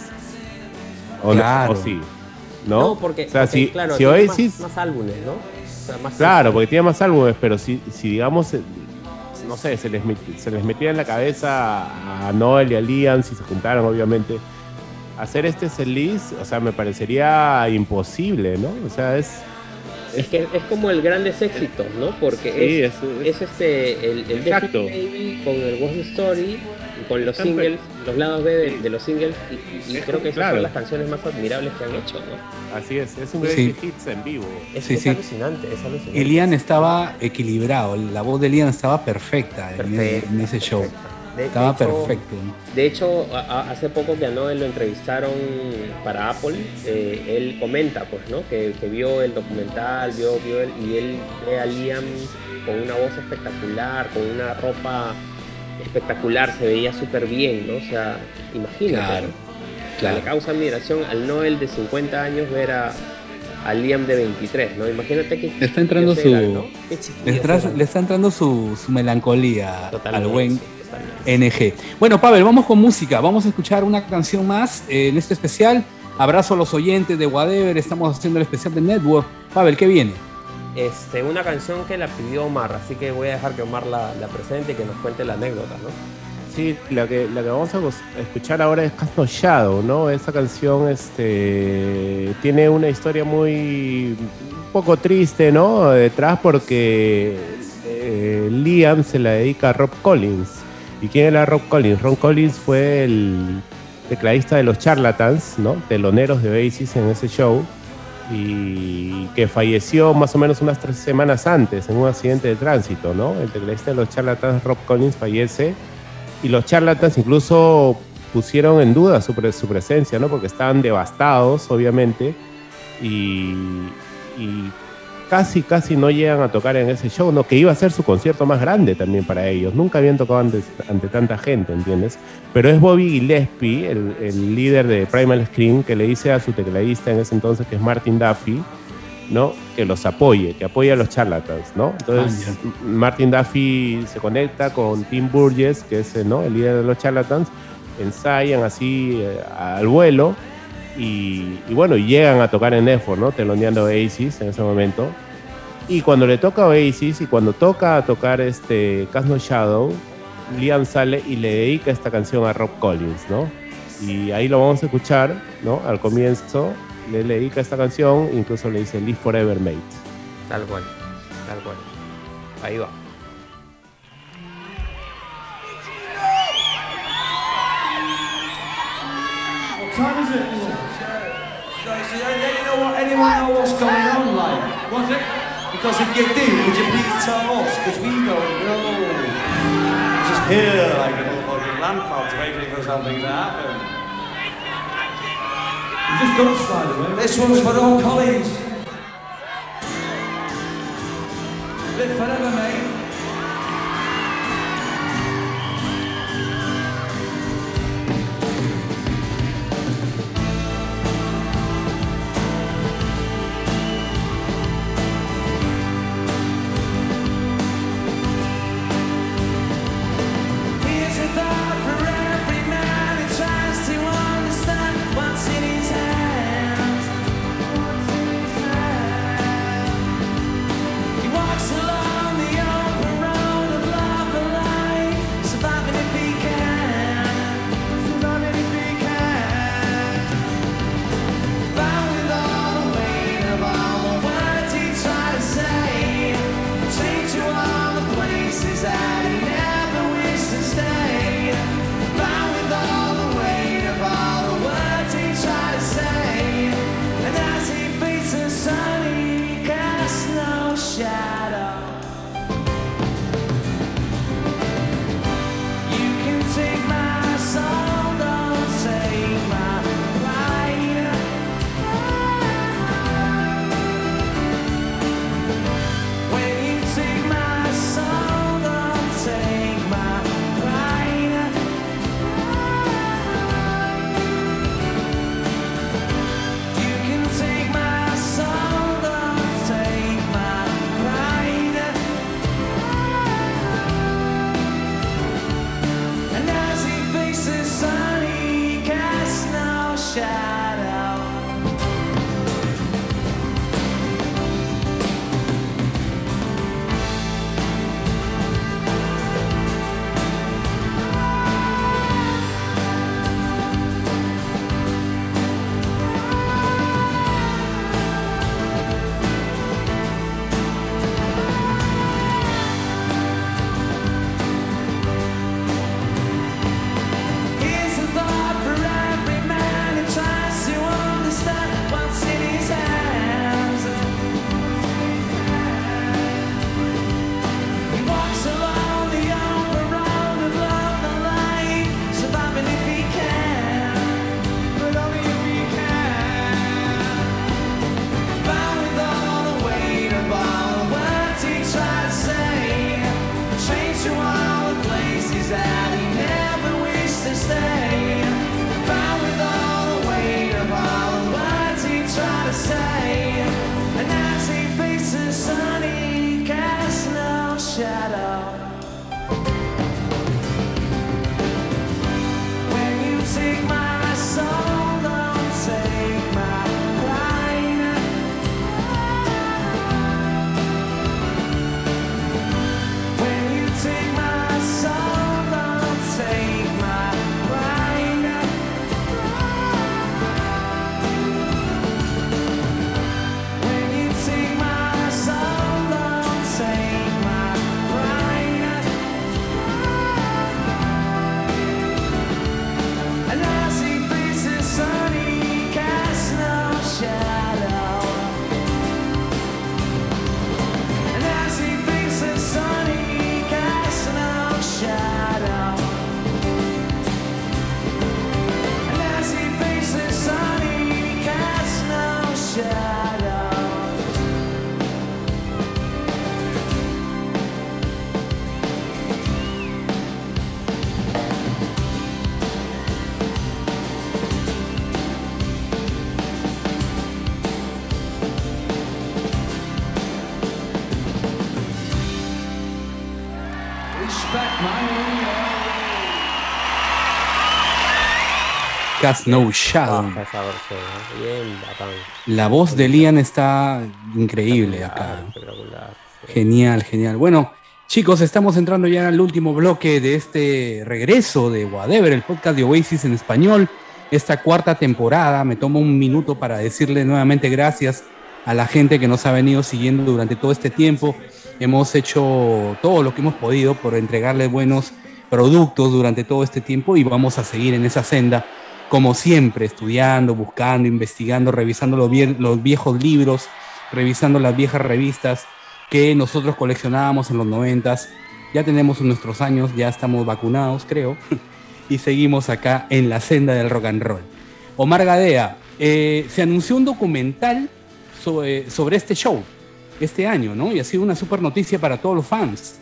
O Claro. no, o sí. ¿No? No, porque, o sea, porque, claro, si tiene Oasis... más álbumes, ¿no? O sea, más Claro, porque tiene más álbumes, pero si digamos, no sé, se les metía en la cabeza a Noel y a Liam, si se juntaron, obviamente, hacer este setlist, o sea, me parecería imposible, ¿no? O sea, es que es como el grandes éxitos, ¿no? Porque sí, es el Exacto. Definite Baby con el Ghost Story, y con los singles, los lados B de los singles, y creo que esas Claro. son las canciones más admirables que han hecho, ¿no? así es un Sí. greatest hits en vivo. Es, Sí, es sí. alucinante, es alucinante. Y Liam estaba equilibrado, la voz de Liam estaba perfecta en ese show. Perfecta. Estaba de hecho, perfecto. De hecho, hace poco que a Noel lo entrevistaron para Apple, él comenta, pues, ¿no? Que vio el documental, y él ve a Liam con una voz espectacular, con una ropa espectacular, se veía súper bien, ¿no? O sea, imagínate. Claro, ¿no? claro. Le causa admiración al Noel de 50 años ver a Liam de 23, ¿no? Imagínate que Le está entrando le le está entrando su melancolía al buen Totalmente. NG. Bueno, Pavel, vamos con música. Vamos a escuchar una canción más en este especial. Abrazo a los oyentes de Whatever. Estamos haciendo el especial de Network. Pavel, ¿qué viene? Una canción que la pidió Omar, así que voy a dejar que Omar la presente y que nos cuente la anécdota, ¿no? Sí, la que vamos a escuchar ahora es Cast of Shadow, ¿no? Esa canción tiene una historia un poco triste, ¿no? Detrás, porque Liam se la dedica a Rob Collins. ¿Y quién era Rob Collins? Rob Collins fue el tecladista de los Charlatans, ¿no? Teloneros de Oasis en ese show, y que falleció más o menos unas 3 semanas antes en un accidente de tránsito, ¿no? El tecladista de los Charlatans, Rob Collins, fallece, y los Charlatans incluso pusieron en duda su presencia, ¿no? Porque estaban devastados, obviamente, y casi no llegan a tocar en ese show, ¿no? Que iba a ser su concierto más grande también para ellos. Nunca habían tocado ante tanta gente, ¿entiendes? Pero es Bobby Gillespie, el líder de Primal Scream, que le dice a su tecladista en ese entonces, que es Martin Duffy, ¿no? Que los apoye, que apoye a los Charlatans, ¿no? Entonces Martin Duffy se conecta con Tim Burgess, que es, ¿no?, el líder de los Charlatans, ensayan así al vuelo. Y bueno, llegan a tocar en Network, ¿no? Teloneando Oasis en ese momento. Y cuando le toca a Oasis y cuando toca tocar Cast of Shadow, Liam sale y le dedica esta canción a Rob Collins, ¿no? Y ahí lo vamos a escuchar, ¿no? Al comienzo le dedica esta canción, incluso le dice Live Forever Mate. Tal cual, tal cual. Ahí va. What time is it? Anyone know what's going on, like? Was it? Because if you do, could you please tell us? Because we don't know. Just here, like a motherfucking lamppost, waiting for something to happen. You just don't slide away. This one's for all colleagues. Live forever, mate. Cast No Shadow. Esa versión, ¿no? Bien bacán. La voz de Liam está increíble acá. Espectacular. Sí. Genial, genial. Bueno, chicos, estamos entrando ya al último bloque de este regreso de Whatever, el podcast de Oasis en español. esta cuarta temporada. Me tomo un minuto para decirle nuevamente gracias a la gente que nos ha venido siguiendo durante todo este tiempo. Hemos hecho todo lo que hemos podido por entregarles buenos productos durante todo este tiempo y vamos a seguir en esa senda, como siempre, estudiando, buscando, investigando, revisando los viejos libros, revisando las viejas revistas que nosotros coleccionábamos en los 90s. Ya tenemos nuestros años, ya estamos vacunados, creo, y seguimos acá en la senda del rock and roll. Omar Gadea, se anunció un documental sobre este show este año, ¿no? Y ha sido una super noticia para todos los fans.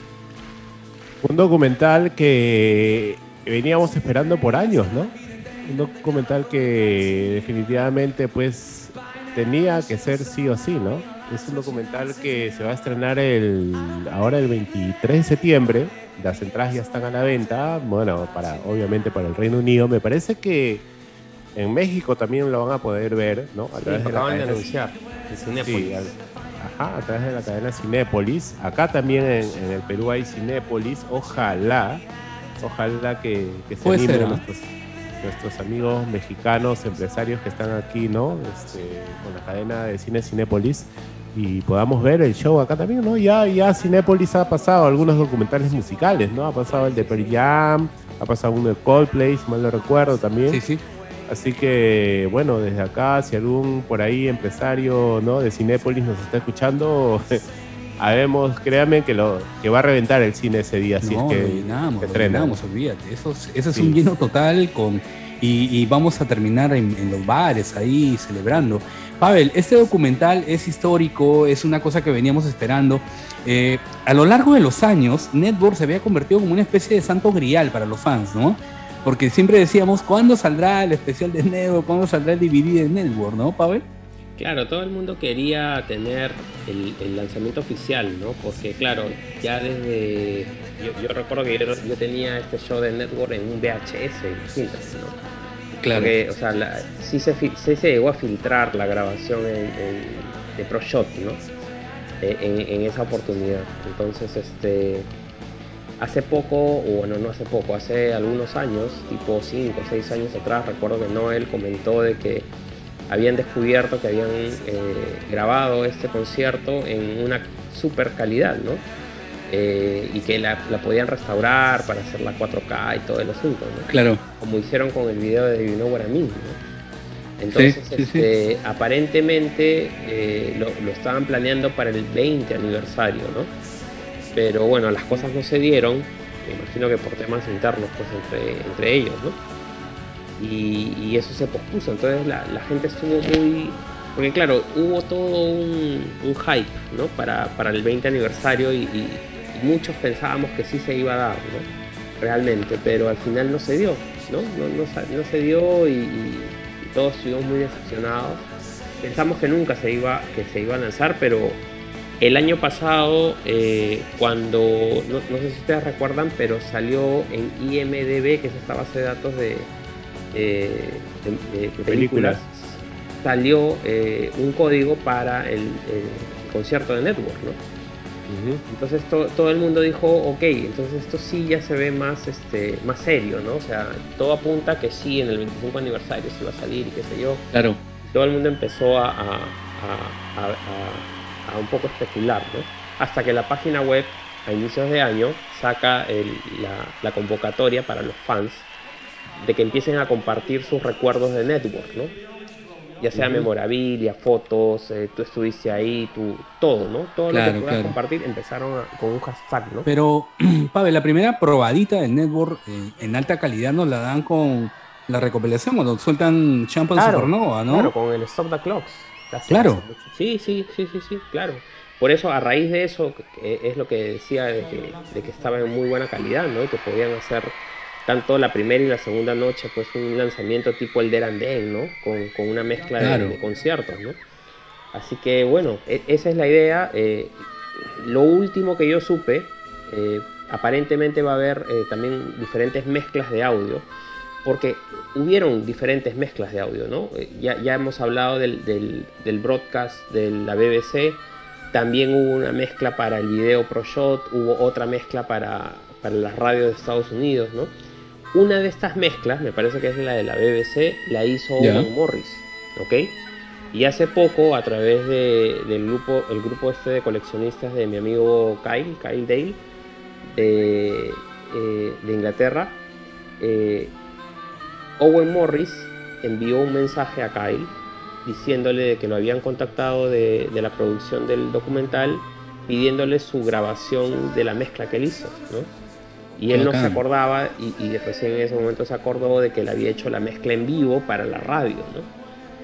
Un documental que veníamos esperando por años, ¿no? Un documental que definitivamente pues tenía que ser sí o sí, ¿no? Es un documental que se va a estrenar ahora el 23 de septiembre. Las entradas ya están a la venta, bueno, obviamente para el Reino Unido. Me parece que en México también lo van a poder ver, ¿no? Sí, acaban de anunciar en Cinépolis. Sí, a través de la cadena Cinépolis. Acá también en el Perú hay Cinépolis. Ojalá que se animen nuestros amigos mexicanos, empresarios que están aquí, ¿no? Con la cadena de cine Cinépolis, y podamos ver el show acá también, ¿no? Ya Cinépolis ha pasado algunos documentales musicales, ¿no? Ha pasado el de Pearl Jam, ha pasado uno de Coldplay, si mal no recuerdo también. Sí, sí. Así que, bueno, desde acá, si algún por ahí empresario, ¿no?, de Cinépolis nos está escuchando, créanme que va a reventar el cine ese día, si es que se estrena. Olvídate, eso es un lleno total y vamos a terminar en los bares ahí celebrando. Pavel, este documental es histórico, es una cosa que veníamos esperando. A lo largo de los años, Network se había convertido como una especie de santo grial para los fans, ¿no? Porque siempre decíamos, ¿cuándo saldrá el especial de Network? ¿Cuándo saldrá el DVD de Network? ¿No, Pavel? Claro, todo el mundo quería tener el lanzamiento oficial, ¿no? Porque, claro, ya desde... Yo recuerdo que yo tenía este show de Network en un VHS, imagínate, ¿no? Claro. Porque, o sea, sí se llegó a filtrar la grabación de Pro Shot, ¿no? En esa oportunidad. Entonces, hace poco, o bueno, no hace poco, hace algunos años, tipo 5 o 6 años atrás, recuerdo que Noel comentó de que habían descubierto que habían grabado este concierto en una super calidad, ¿no? Y que la podían restaurar para hacer la 4K y todo el asunto, ¿no? Claro. Como hicieron con el video de You Know What I Mean, ¿no? Entonces, sí. aparentemente lo estaban planeando para el 20 aniversario, ¿no? Pero bueno, las cosas no se dieron, me imagino que por temas internos pues entre ellos, ¿no? Y eso se pospuso, entonces la gente estuvo muy... Porque claro, hubo todo un hype, ¿no? para el 20 aniversario y muchos pensábamos que sí se iba a dar, ¿no? Realmente, pero al final no se dio, ¿no? No se dio y todos estuvimos muy decepcionados. Pensamos que nunca se iba a lanzar, pero el año pasado, cuando, no sé si ustedes recuerdan, pero salió en IMDb, que es esta base de datos de películas, salió un código para el concierto de Network, ¿no? Uh-huh. Entonces todo el mundo dijo, ok, entonces esto sí ya se ve más serio, ¿no? O sea, todo apunta que sí, en el 25 aniversario se va a salir y qué sé yo. Claro. Todo el mundo empezó a un poco especular, ¿no? Hasta que la página web a inicios de año saca la convocatoria para los fans de que empiecen a compartir sus recuerdos de Network, ¿no? Ya sea memorabilia, fotos, tú estuviste ahí, todo, ¿no? Todo lo que puedas compartir empezaron con un hashtag, ¿no? Pero, Pavel, la primera probadita del Network en alta calidad nos la dan con la recopilación, cuando sueltan Champion Supernova, ¿no? Claro, con el Stop the Clocks. Claro. Sí, claro. Por eso, a raíz de eso, es lo que decía de que estaba en muy buena calidad, ¿no? Y que podían hacer tanto la primera y la segunda noche, pues un lanzamiento tipo el There and Then, ¿no? Con una mezcla de conciertos, ¿no? Así que, bueno, esa es la idea. Lo último que yo supe, aparentemente va a haber también diferentes mezclas de audio, porque hubieron diferentes mezclas de audio, ¿no? Ya hemos hablado del broadcast de la BBC, también hubo una mezcla para el video Pro Shot, hubo otra mezcla para las radios de Estados Unidos, ¿no? una de estas mezclas, me parece que es la de la BBC, la hizo Owen Morris, ¿ok? Y hace poco, a través del grupo este de coleccionistas de mi amigo Kyle Dale, de Inglaterra, Owen Morris envió un mensaje a Kyle diciéndole que lo habían contactado de la producción del documental, pidiéndole su grabación de la mezcla que él hizo, ¿no? Y él no se acordaba, y recién en ese momento se acordó de que él había hecho la mezcla en vivo para la radio, ¿no?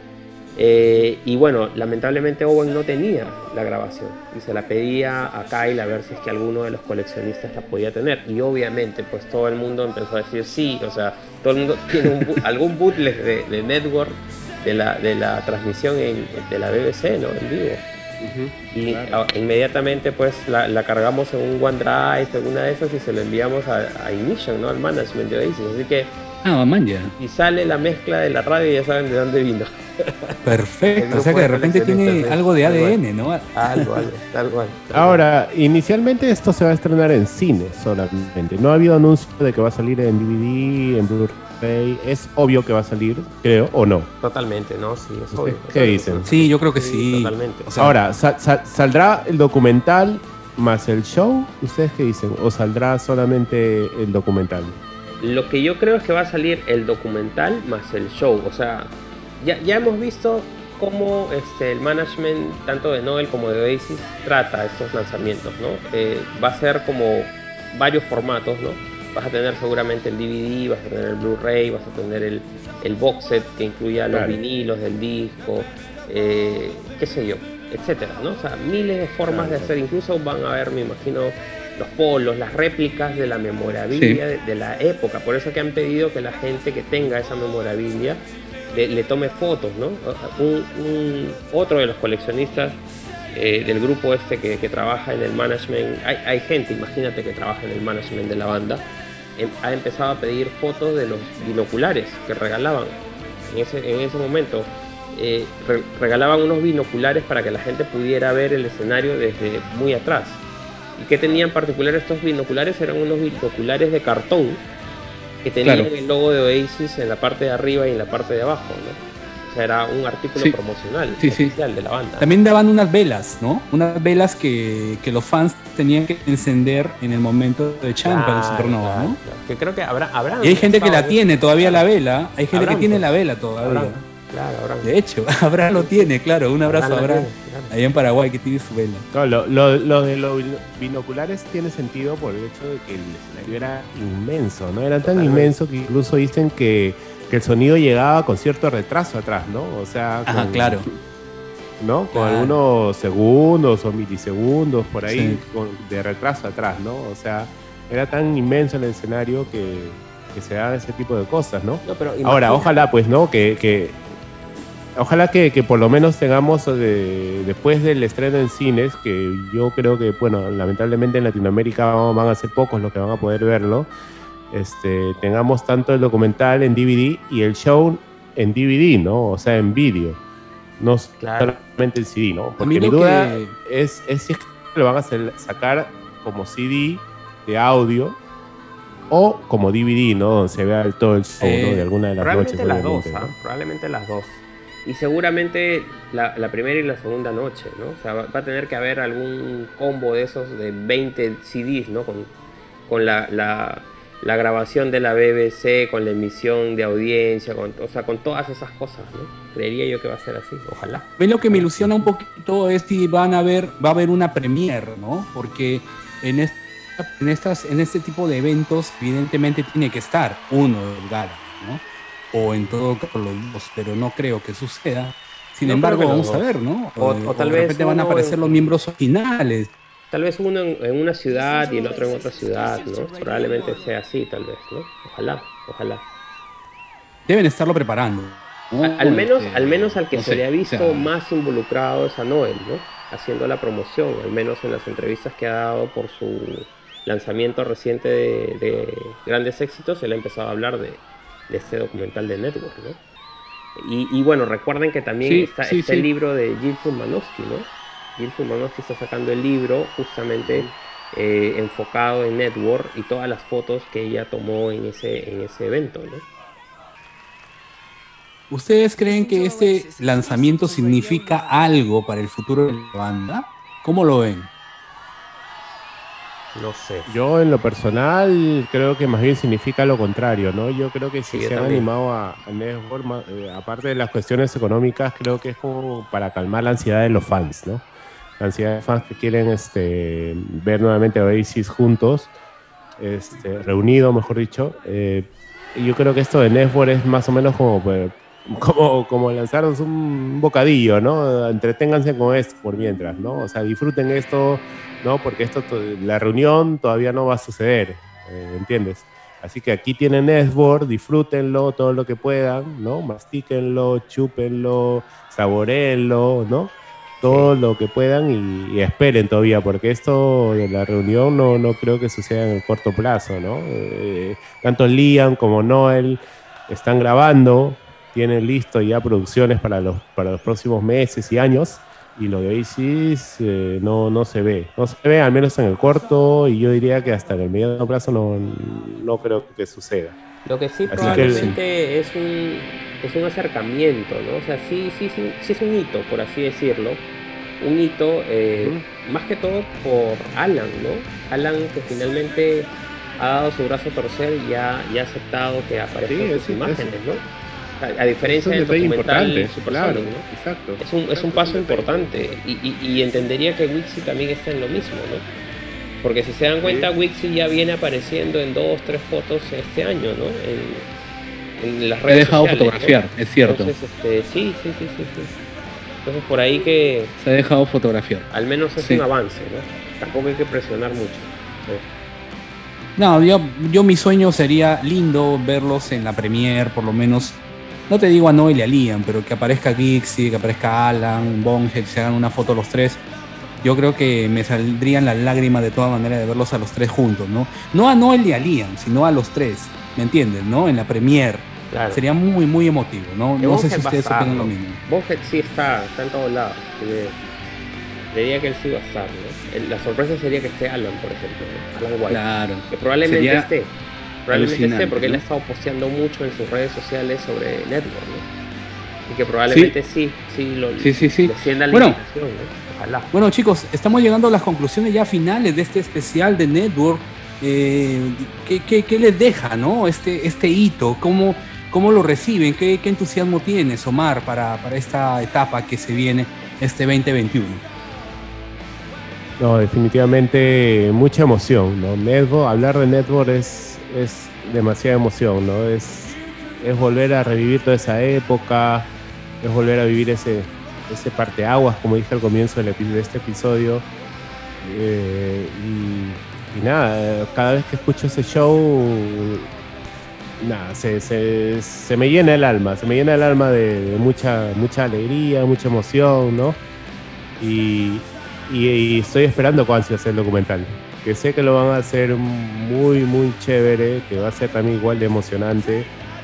Y bueno, lamentablemente Owen no tenía la grabación y se la pedía a Kyle a ver si es que alguno de los coleccionistas la podía tener, y obviamente pues todo el mundo empezó a decir sí, o sea, todo el mundo tiene algún bootleg de Network de la transmisión de la BBC, ¿no? En vivo. Y inmediatamente pues la cargamos en un OneDrive, en una de esas, y se lo enviamos a Ignition, ¿no? Al management de Oasis, así que y sale la mezcla de la radio y ya saben de dónde vino. Perfecto, o sea que de repente tiene algo de ADN, ¿no? Algo, tal cual. Ahora, inicialmente esto se va a estrenar en cine solamente. No ha habido anuncio de que va a salir en DVD, en Blu-ray. Es obvio que va a salir, creo, ¿o no? Totalmente, ¿no? Sí, es obvio. ¿Qué dicen? Sí, yo creo que sí. Totalmente. O sea, ahora, ¿saldrá el documental más el show? ¿Ustedes qué dicen? ¿O saldrá solamente el documental? Lo que yo creo es que va a salir el documental más el show. O sea, ya hemos visto cómo el management, tanto de Noel como de Oasis, trata estos lanzamientos, ¿no? Va a ser como varios formatos, ¿no? Vas a tener seguramente el DVD, vas a tener el Blu-ray, vas a tener el box set que incluya los vinilos del disco, qué sé yo, etcétera, ¿no? O sea, miles de formas de hacer. Incluso van a haber, me imagino, los polos, las réplicas de la memorabilia de la época. Por eso que han pedido que la gente que tenga esa memorabilia le tome fotos, ¿no? Otro de los coleccionistas del grupo que trabaja en el management, hay gente, imagínate, que trabaja en el management de la banda, ha empezado a pedir fotos de los binoculares que regalaban en ese momento. Regalaban unos binoculares para que la gente pudiera ver el escenario desde muy atrás. ¿Y qué tenían en particular estos binoculares? Eran unos binoculares de cartón que tenían el logo de Oasis en la parte de arriba y en la parte de abajo, ¿no? O sea, era un artículo promocional oficial de la banda. También daban unas velas, ¿no? Unas velas que los fans tenían que encender en el momento de Champa, de Supernova, ¿no? Claro. Que creo que habrá y hay gente que la tiene todavía la vela, hay gente que tiene la vela todavía. Claro. De hecho, Abraham lo tiene, claro. Un abrazo a Abraham, ahí en Paraguay, que tiene su vela. No, lo de los binoculares tiene sentido por el hecho de que el escenario era inmenso, ¿no? Era tan inmenso que incluso dicen que el sonido llegaba con cierto retraso atrás, ¿no? O sea, claro. ¿no? Con algunos segundos o milisegundos por ahí de retraso atrás, ¿no? O sea, era tan inmenso el escenario que se hagan ese tipo de cosas, ¿no? Pero ahora, ojalá, pues, ¿no? Ojalá que por lo menos tengamos después del estreno en cines, que yo creo que, bueno, lamentablemente en Latinoamérica van a ser pocos los que van a poder verlo, tengamos tanto el documental en DVD y el show en DVD, ¿no? O sea, en vídeo, no solamente el CD, ¿no? Porque mi duda es si es que lo van a sacar como CD de audio o como DVD, ¿no? Donde se vea todo el show, ¿no? De alguna de las noches. Probablemente las dos. Y seguramente la primera y la segunda noche, ¿no? O sea, va a tener que haber algún combo de esos de 20 CDs, ¿no? Con la grabación de la BBC, con la emisión de audiencia, con todas esas cosas, ¿no? Creería yo que va a ser así, ojalá. Lo que me ilusiona un poquito es si va a haber una premiere, ¿no? Porque en este tipo de eventos, evidentemente tiene que estar uno del Gala, ¿no? O en todo caso los dos, pero no creo que suceda. Sin embargo, vamos a ver, ¿no? O tal vez de repente van a aparecer los miembros originales. Tal vez uno en una ciudad y el otro en otra ciudad, ¿no? Probablemente sea así, tal vez, ¿no? Ojalá. Deben estarlo preparando, ¿no? Al menos al que se le ha visto más involucrado es a Noel, ¿no? Haciendo la promoción, al menos en las entrevistas que ha dado por su lanzamiento reciente de grandes éxitos, él ha empezado a hablar de este documental de Network, ¿no? Y bueno, recuerden que también está el libro de Jill Fumanowski, ¿no? Jill Fumanowski está sacando el libro justamente enfocado en Network y todas las fotos que ella tomó en ese evento, ¿no? ¿Ustedes creen que este lanzamiento significa algo para el futuro de la banda? ¿Cómo lo ven? No sé. Yo en lo personal creo que más bien significa lo contrario, ¿no? Yo creo que si Sí, yo se han también. animado a Network, aparte de las cuestiones económicas, creo que es como para calmar la ansiedad de los fans, ¿no? La ansiedad de fans que quieren ver nuevamente a Oasis juntos, reunido, mejor dicho. Y yo creo que esto de Network es más o menos como, pues, como lanzaros un bocadillo, ¿no? Entreténganse con esto por mientras, ¿no? O sea, disfruten esto, ¿no? Porque la reunión todavía no va a suceder, ¿entiendes? Así que aquí tienen Network, disfrútenlo todo lo que puedan, ¿no? Mastíquenlo, chúpenlo, saboréenlo, ¿no? Todo lo que puedan y esperen todavía, porque esto de la reunión no creo que suceda en el corto plazo, ¿no? Tanto Liam como Noel están grabando, tienen listo ya producciones para los próximos meses y años, y lo de Oasis no se ve. No se ve, al menos en el corto, y yo diría que hasta en el mediano plazo no creo que suceda. Lo que sí Así probablemente es un acercamiento, ¿no? O sea, sí es un hito, por así decirlo. Un hito, más que todo por Alan, ¿no? Alan que finalmente ha dado su brazo a torcer y ya ha aceptado que aparezcan sus imágenes, ¿no? A diferencia del documental Supersonic, claro, ¿no? exacto. Es un paso importante y entendería que Wixie también está en lo mismo, ¿no? Porque si se dan cuenta, Wixie ya viene apareciendo en 2, 3 fotos este año, ¿no? En las redes He dejado sociales, fotografiar, ¿no? es cierto. Entonces, sí. Entonces por ahí que Se ha dejado fotografiar. al menos es un avance, ¿no? Tampoco hay que presionar mucho, ¿no? No, yo mi sueño sería lindo verlos en la premiere, por lo menos. No te digo a Noel y a Liam, pero que aparezca Gixie, que aparezca Alan, Bonhead, se hagan una foto los tres. Yo creo que me saldrían las lágrimas de todas maneras de verlos a los tres juntos, ¿no? No a Noel y a Liam, sino a los tres, ¿me entiendes? ¿No? En la premiere. Claro. Sería muy, muy emotivo, ¿no? Que No sé si Bonhead va a ustedes estar, opinan ¿no? lo mismo. Bonhead sí está en todos lados. Diría que él sí va a estar, ¿no? La sorpresa sería que esté Alan, por ejemplo, ¿no? Alan White. Claro. Que probablemente Sería esté. Probablemente esté porque él ha ¿no? estado posteando mucho en sus redes sociales sobre Network, ¿no? Y que probablemente sí le sienta la Bueno. invitación, ¿no? Ojalá. Bueno, chicos, estamos llegando a las conclusiones ya finales de este especial de Network. ¿Qué les deja, no? Este hito, ¿cómo lo reciben? ¿Qué entusiasmo tienes, Omar, para esta etapa que se viene, este 2021? No, definitivamente mucha emoción, ¿no? Network, hablar de Network es demasiada emoción, ¿no? Es volver a revivir toda esa época, es volver a vivir ese parteaguas, como dije al comienzo de este episodio. Y nada, cada vez que escucho ese show, nada, se me llena el alma, de mucha alegría, mucha emoción, ¿no? Y estoy esperando con ansias el documental, que sé que lo van a hacer muy, muy chévere, que va a ser también igual de emocionante.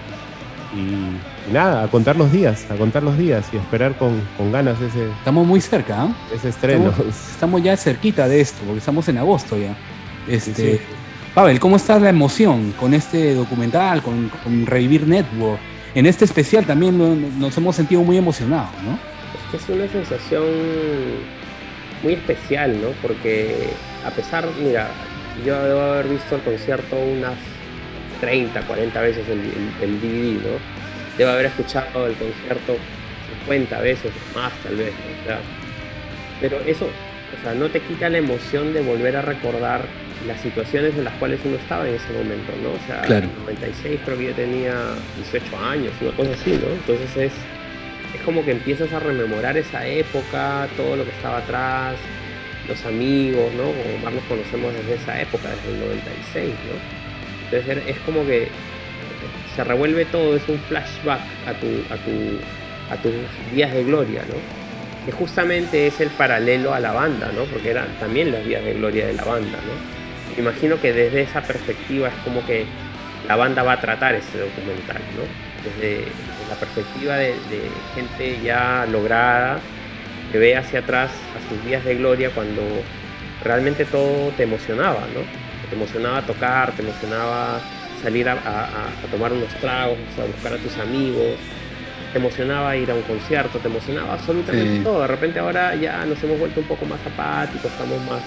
Y nada, a contar los días y esperar con ganas Estamos muy cerca, ¿eh? ese estreno. Estamos ya cerquita de esto, porque estamos en agosto ya. Sí. Pavel, ¿cómo está la emoción con este documental, con Revivir Network? En este especial también nos hemos sentido muy emocionados, ¿no? Es una sensación muy especial, ¿no? Porque a pesar, mira, yo debo haber visto el concierto unas 30, 40 veces el DVD, ¿no? Debo haber escuchado el concierto 50 veces más, tal vez, ¿no? O sea, pero eso, o sea, no te quita la emoción de volver a recordar las situaciones en las cuales uno estaba en ese momento, ¿no? O sea, claro. En 96 creo que yo tenía 18 años, una cosa así, ¿no? Entonces es como que empiezas a rememorar esa época, todo lo que estaba atrás, los amigos, ¿no? Como más nos conocemos desde esa época, desde el 96, ¿no? Entonces es como que se revuelve todo, es un flashback a tus días de gloria, ¿no? Que justamente es el paralelo a la banda, ¿no? Porque eran también los días de gloria de la banda, ¿no? Me imagino que desde esa perspectiva es como que la banda va a tratar ese documental, ¿no? Desde la perspectiva de gente ya lograda, que ve hacia atrás a sus días de gloria cuando realmente todo te emocionaba, ¿no? Te emocionaba tocar, te emocionaba salir a tomar unos tragos, a buscar a tus amigos, te emocionaba ir a un concierto, te emocionaba absolutamente todo. De repente ahora ya nos hemos vuelto un poco más apáticos, estamos más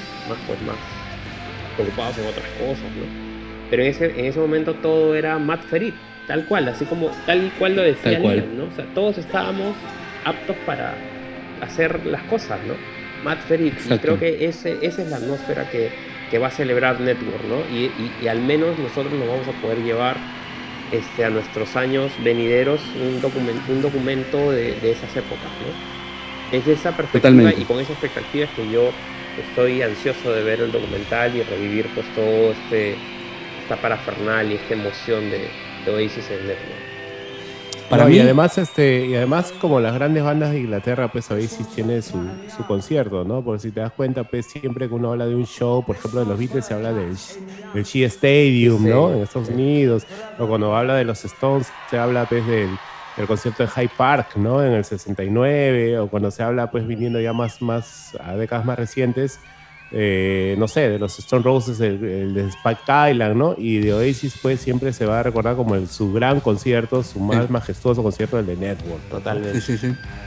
preocupados en otras cosas, ¿no? Pero en ese momento todo era Matt Ferit, tal cual, así como tal y cual lo decía Liam, ¿no? O sea, todos estábamos aptos para hacer las cosas, ¿no? Matt Ferit, y creo que esa es la atmósfera que va a celebrar Network, ¿no? Y al menos nosotros nos vamos a poder llevar a nuestros años venideros un documento de esas épocas, ¿no? Desde esa perspectiva. Totalmente. Y con esa expectativa es que yo estoy ansioso de ver el documental y revivir pues todo esta parafernalia, esta emoción de Oasis en Network. Para mí, y además como las grandes bandas de Inglaterra, pues Oasis tiene su concierto, ¿no? Porque si te das cuenta, pues siempre que uno habla de un show, por ejemplo de los Beatles se habla del Shea Stadium, ¿no? En Estados Unidos, o cuando habla de los Stones se habla pues del concierto de Hyde Park, ¿no? En el 69, o cuando se habla pues viniendo ya más a décadas más recientes, no sé, de los Stone Roses, el de Spike Island, ¿no? Y de Oasis, pues siempre se va a recordar como su gran concierto, su más majestuoso concierto, el de Network. Totalmente. Sí.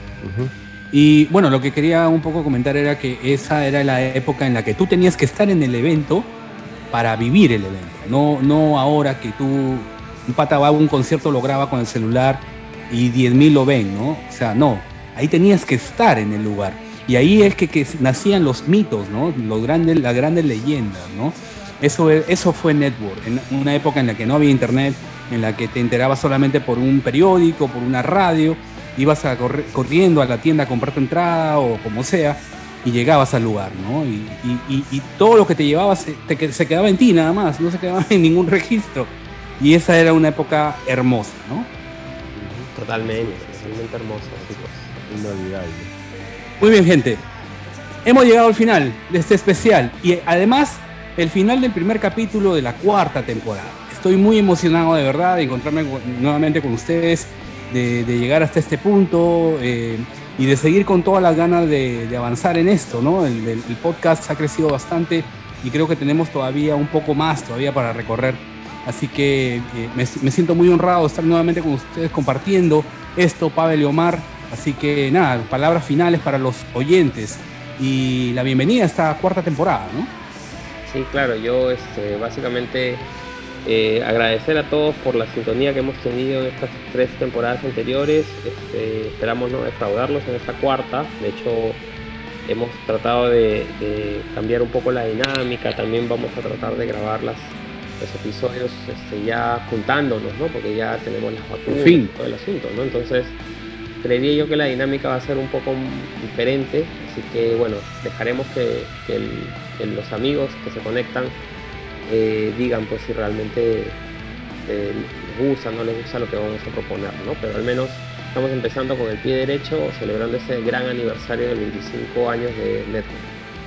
Y bueno, lo que quería un poco comentar era que esa era la época en la que tú tenías que estar en el evento para vivir el evento. No ahora que un pata va a un concierto, lo graba con el celular y 10.000 lo ven, ¿no? O sea, no, ahí tenías que estar en el lugar. Y ahí es que nacían los mitos, ¿no? Las grandes leyendas, ¿no? Eso fue Network, en una época en la que no había internet, en la que te enterabas solamente por un periódico, por una radio, ibas corriendo a la tienda a comprar tu entrada o como sea, y llegabas al lugar, ¿no? Y todo lo que te llevabas se quedaba en ti nada más, no se quedaba en ningún registro. Y esa era una época hermosa, ¿no? Totalmente hermosa, chicos. Inolvidable. Muy bien, gente. Hemos llegado al final de este especial y además el final del primer capítulo de la 4ª temporada. Estoy muy emocionado de verdad de encontrarme nuevamente con ustedes, de llegar hasta este punto y de seguir con todas las ganas de avanzar en esto, ¿no? El podcast ha crecido bastante y creo que tenemos todavía un poco más todavía para recorrer. Así que me siento muy honrado de estar nuevamente con ustedes compartiendo esto, Pavel y Omar. Así que nada, palabras finales para los oyentes y la bienvenida a esta 4ª temporada, ¿no? Sí, claro, yo básicamente agradecer a todos por la sintonía que hemos tenido en estas 3 temporadas anteriores. Esperamos no defraudarlos en esta 4ª. De hecho, hemos tratado de cambiar un poco la dinámica. También vamos a tratar de grabar los episodios ya juntándonos, ¿no? Porque ya tenemos las vacunas y todo el asunto, ¿no? Entonces creería yo que la dinámica va a ser un poco diferente, así que bueno, dejaremos que los amigos que se conectan digan pues si realmente les gusta o no les gusta lo que vamos a proponer, ¿no? Pero al menos estamos empezando con el pie derecho, celebrando ese gran aniversario de 25 años de Network.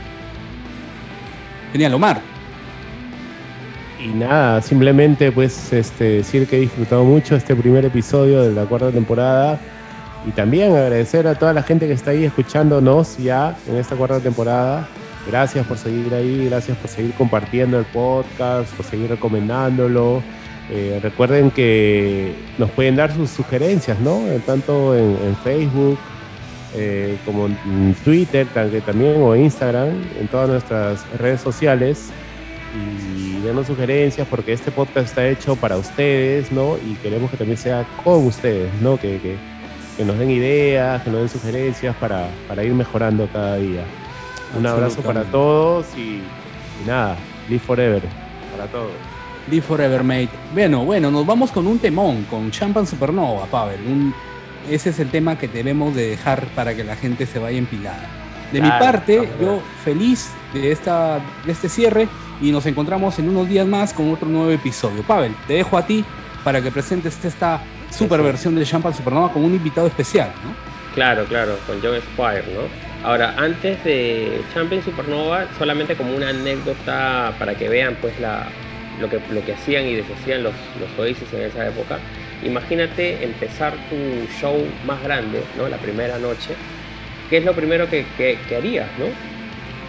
Genial, Omar. Y nada, simplemente pues decir que he disfrutado mucho este primer episodio de la 4ª temporada. Y también agradecer a toda la gente que está ahí escuchándonos ya en esta 4ª temporada. Gracias por seguir ahí, gracias por seguir compartiendo el podcast, por seguir recomendándolo. Recuerden que nos pueden dar sus sugerencias, ¿no? Tanto en Facebook como en Twitter también o Instagram, en todas nuestras redes sociales. Y denos sugerencias porque este podcast está hecho para ustedes, ¿no? Y queremos que también sea con ustedes, ¿no? Que nos den ideas, que nos den sugerencias para ir mejorando cada día. Un abrazo para todos y nada, live forever para todos. Live forever, mate. Bueno, nos vamos con un temón, con Champagne Supernova, Pavel. Ese es el tema que debemos de dejar para que la gente se vaya empilada. De mi parte, yo feliz de este cierre y nos encontramos en unos días más con otro nuevo episodio. Pavel, te dejo a ti para que presentes esta super versión de Champagne Supernova con un invitado especial, ¿no? Claro, con John Squire, ¿no? Ahora, antes de Champagne Supernova, solamente como una anécdota para que vean pues lo que hacían y deshacían los Oasis en esa época. Imagínate empezar tu show más grande, ¿no? La primera noche. ¿Qué es lo primero que harías, ¿no?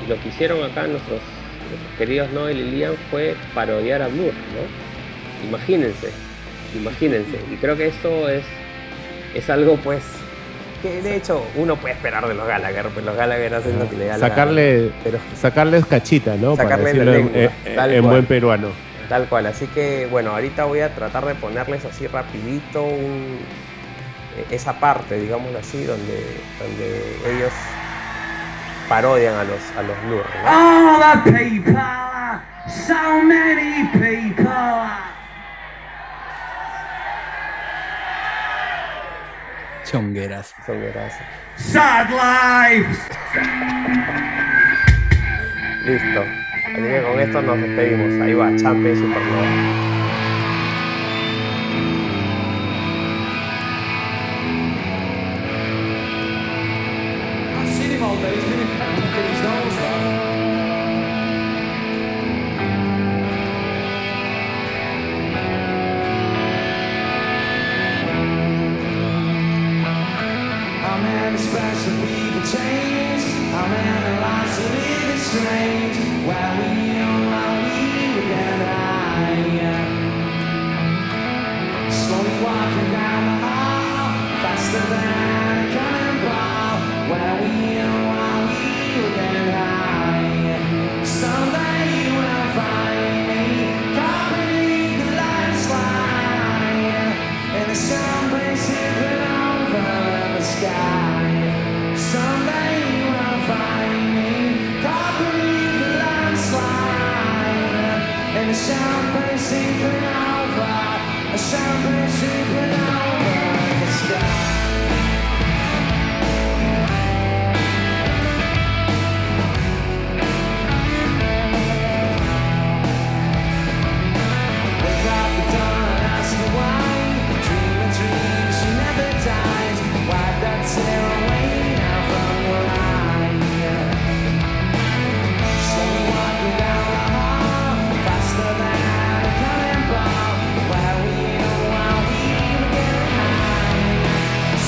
Y lo que hicieron acá nuestros queridos Noel y Liam fue parodiar a Blur, ¿no? Imagínense. Y creo que esto es algo, pues, que de hecho uno puede esperar de los Gallagher, pues los Gallagher hacen lo que le da la gana, pero sacarles cachita, ¿no? sacarles Para la decirlo lengua, en buen peruano. Tal cual, así que bueno, ahorita voy a tratar de ponerles así rapidito esa parte, digámoslo así, donde ellos parodian a los Blur, ¿no? All the people, so many people. Chongueras. Sad lives. Listo. Así que con esto nos despedimos. Ahí va, Champe Supernova. I've seen him all day, he's been picking his nose, right? How many special people change? How many lives are living strange? While we were getting high. Slowly walking down the hall, faster than a cannonball. While we were getting high. Someday you will find me caught beneath the landslide, in the champagne sipping over the sky. Someday you will find me caught beneath the landslide, in the champagne sipping over, a champagne sipping over the sky. Wake up the dawn and ask her why. Dream a dream, she never dies. Wipe that tear away now from your eye. Slowly walking down the hall, faster than a cannonball. While we were getting high.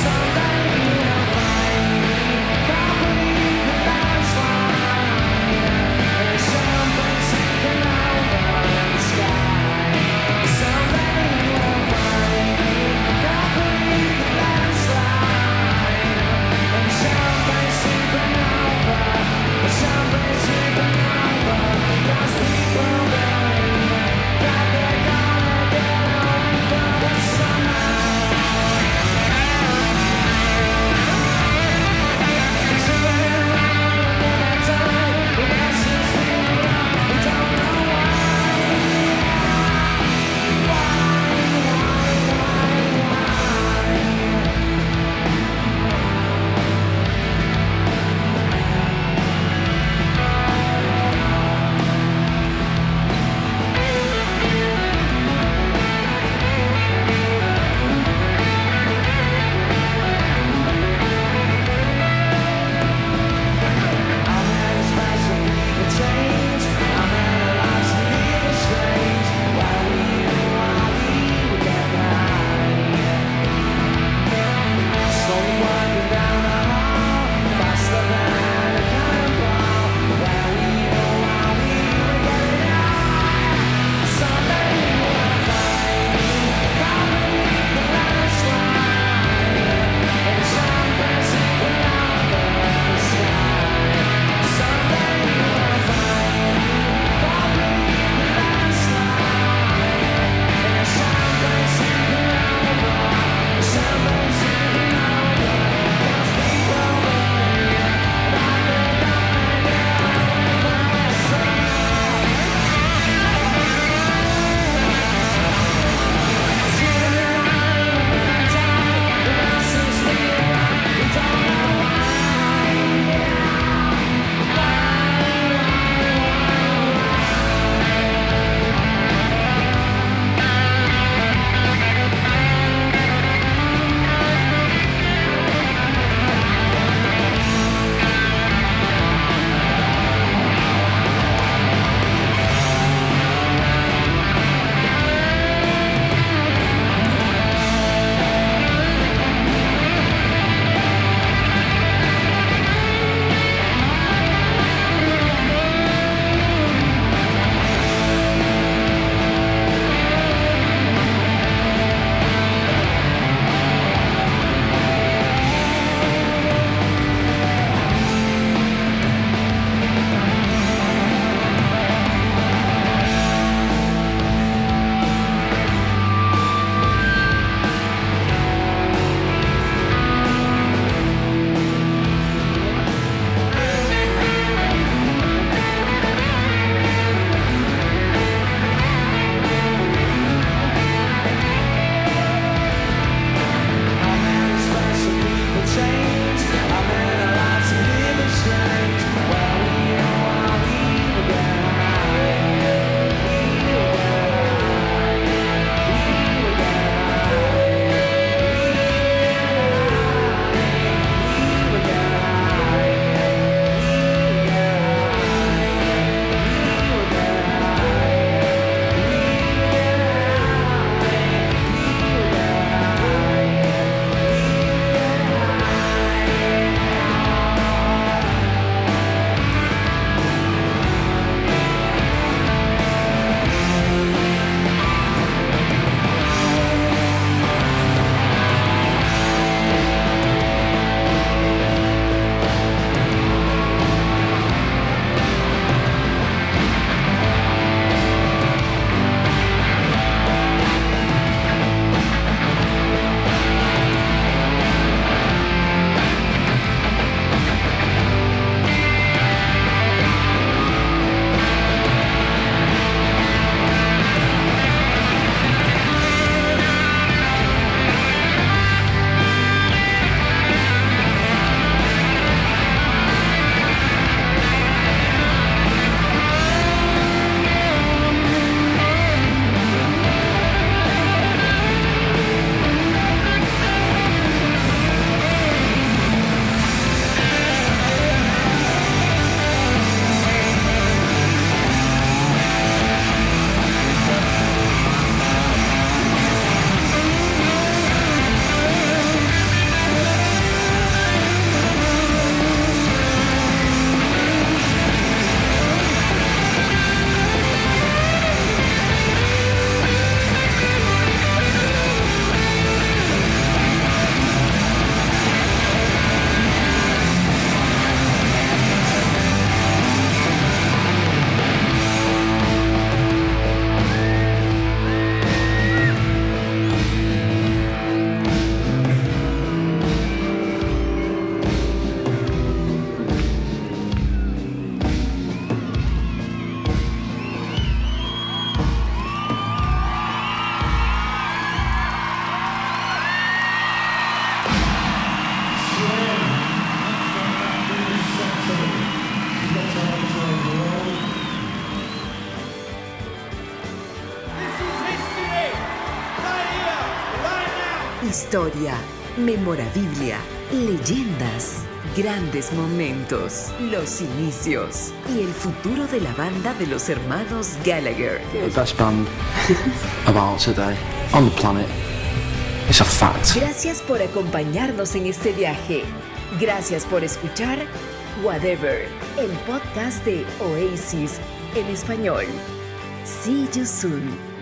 Historia, memorabilia, leyendas, grandes momentos, los inicios y el futuro de la banda de los hermanos Gallagher. The best band about today on the planet. It's a fact. Gracias por acompañarnos en este viaje. Gracias por escuchar Whatever, el podcast de Oasis en español. See you soon.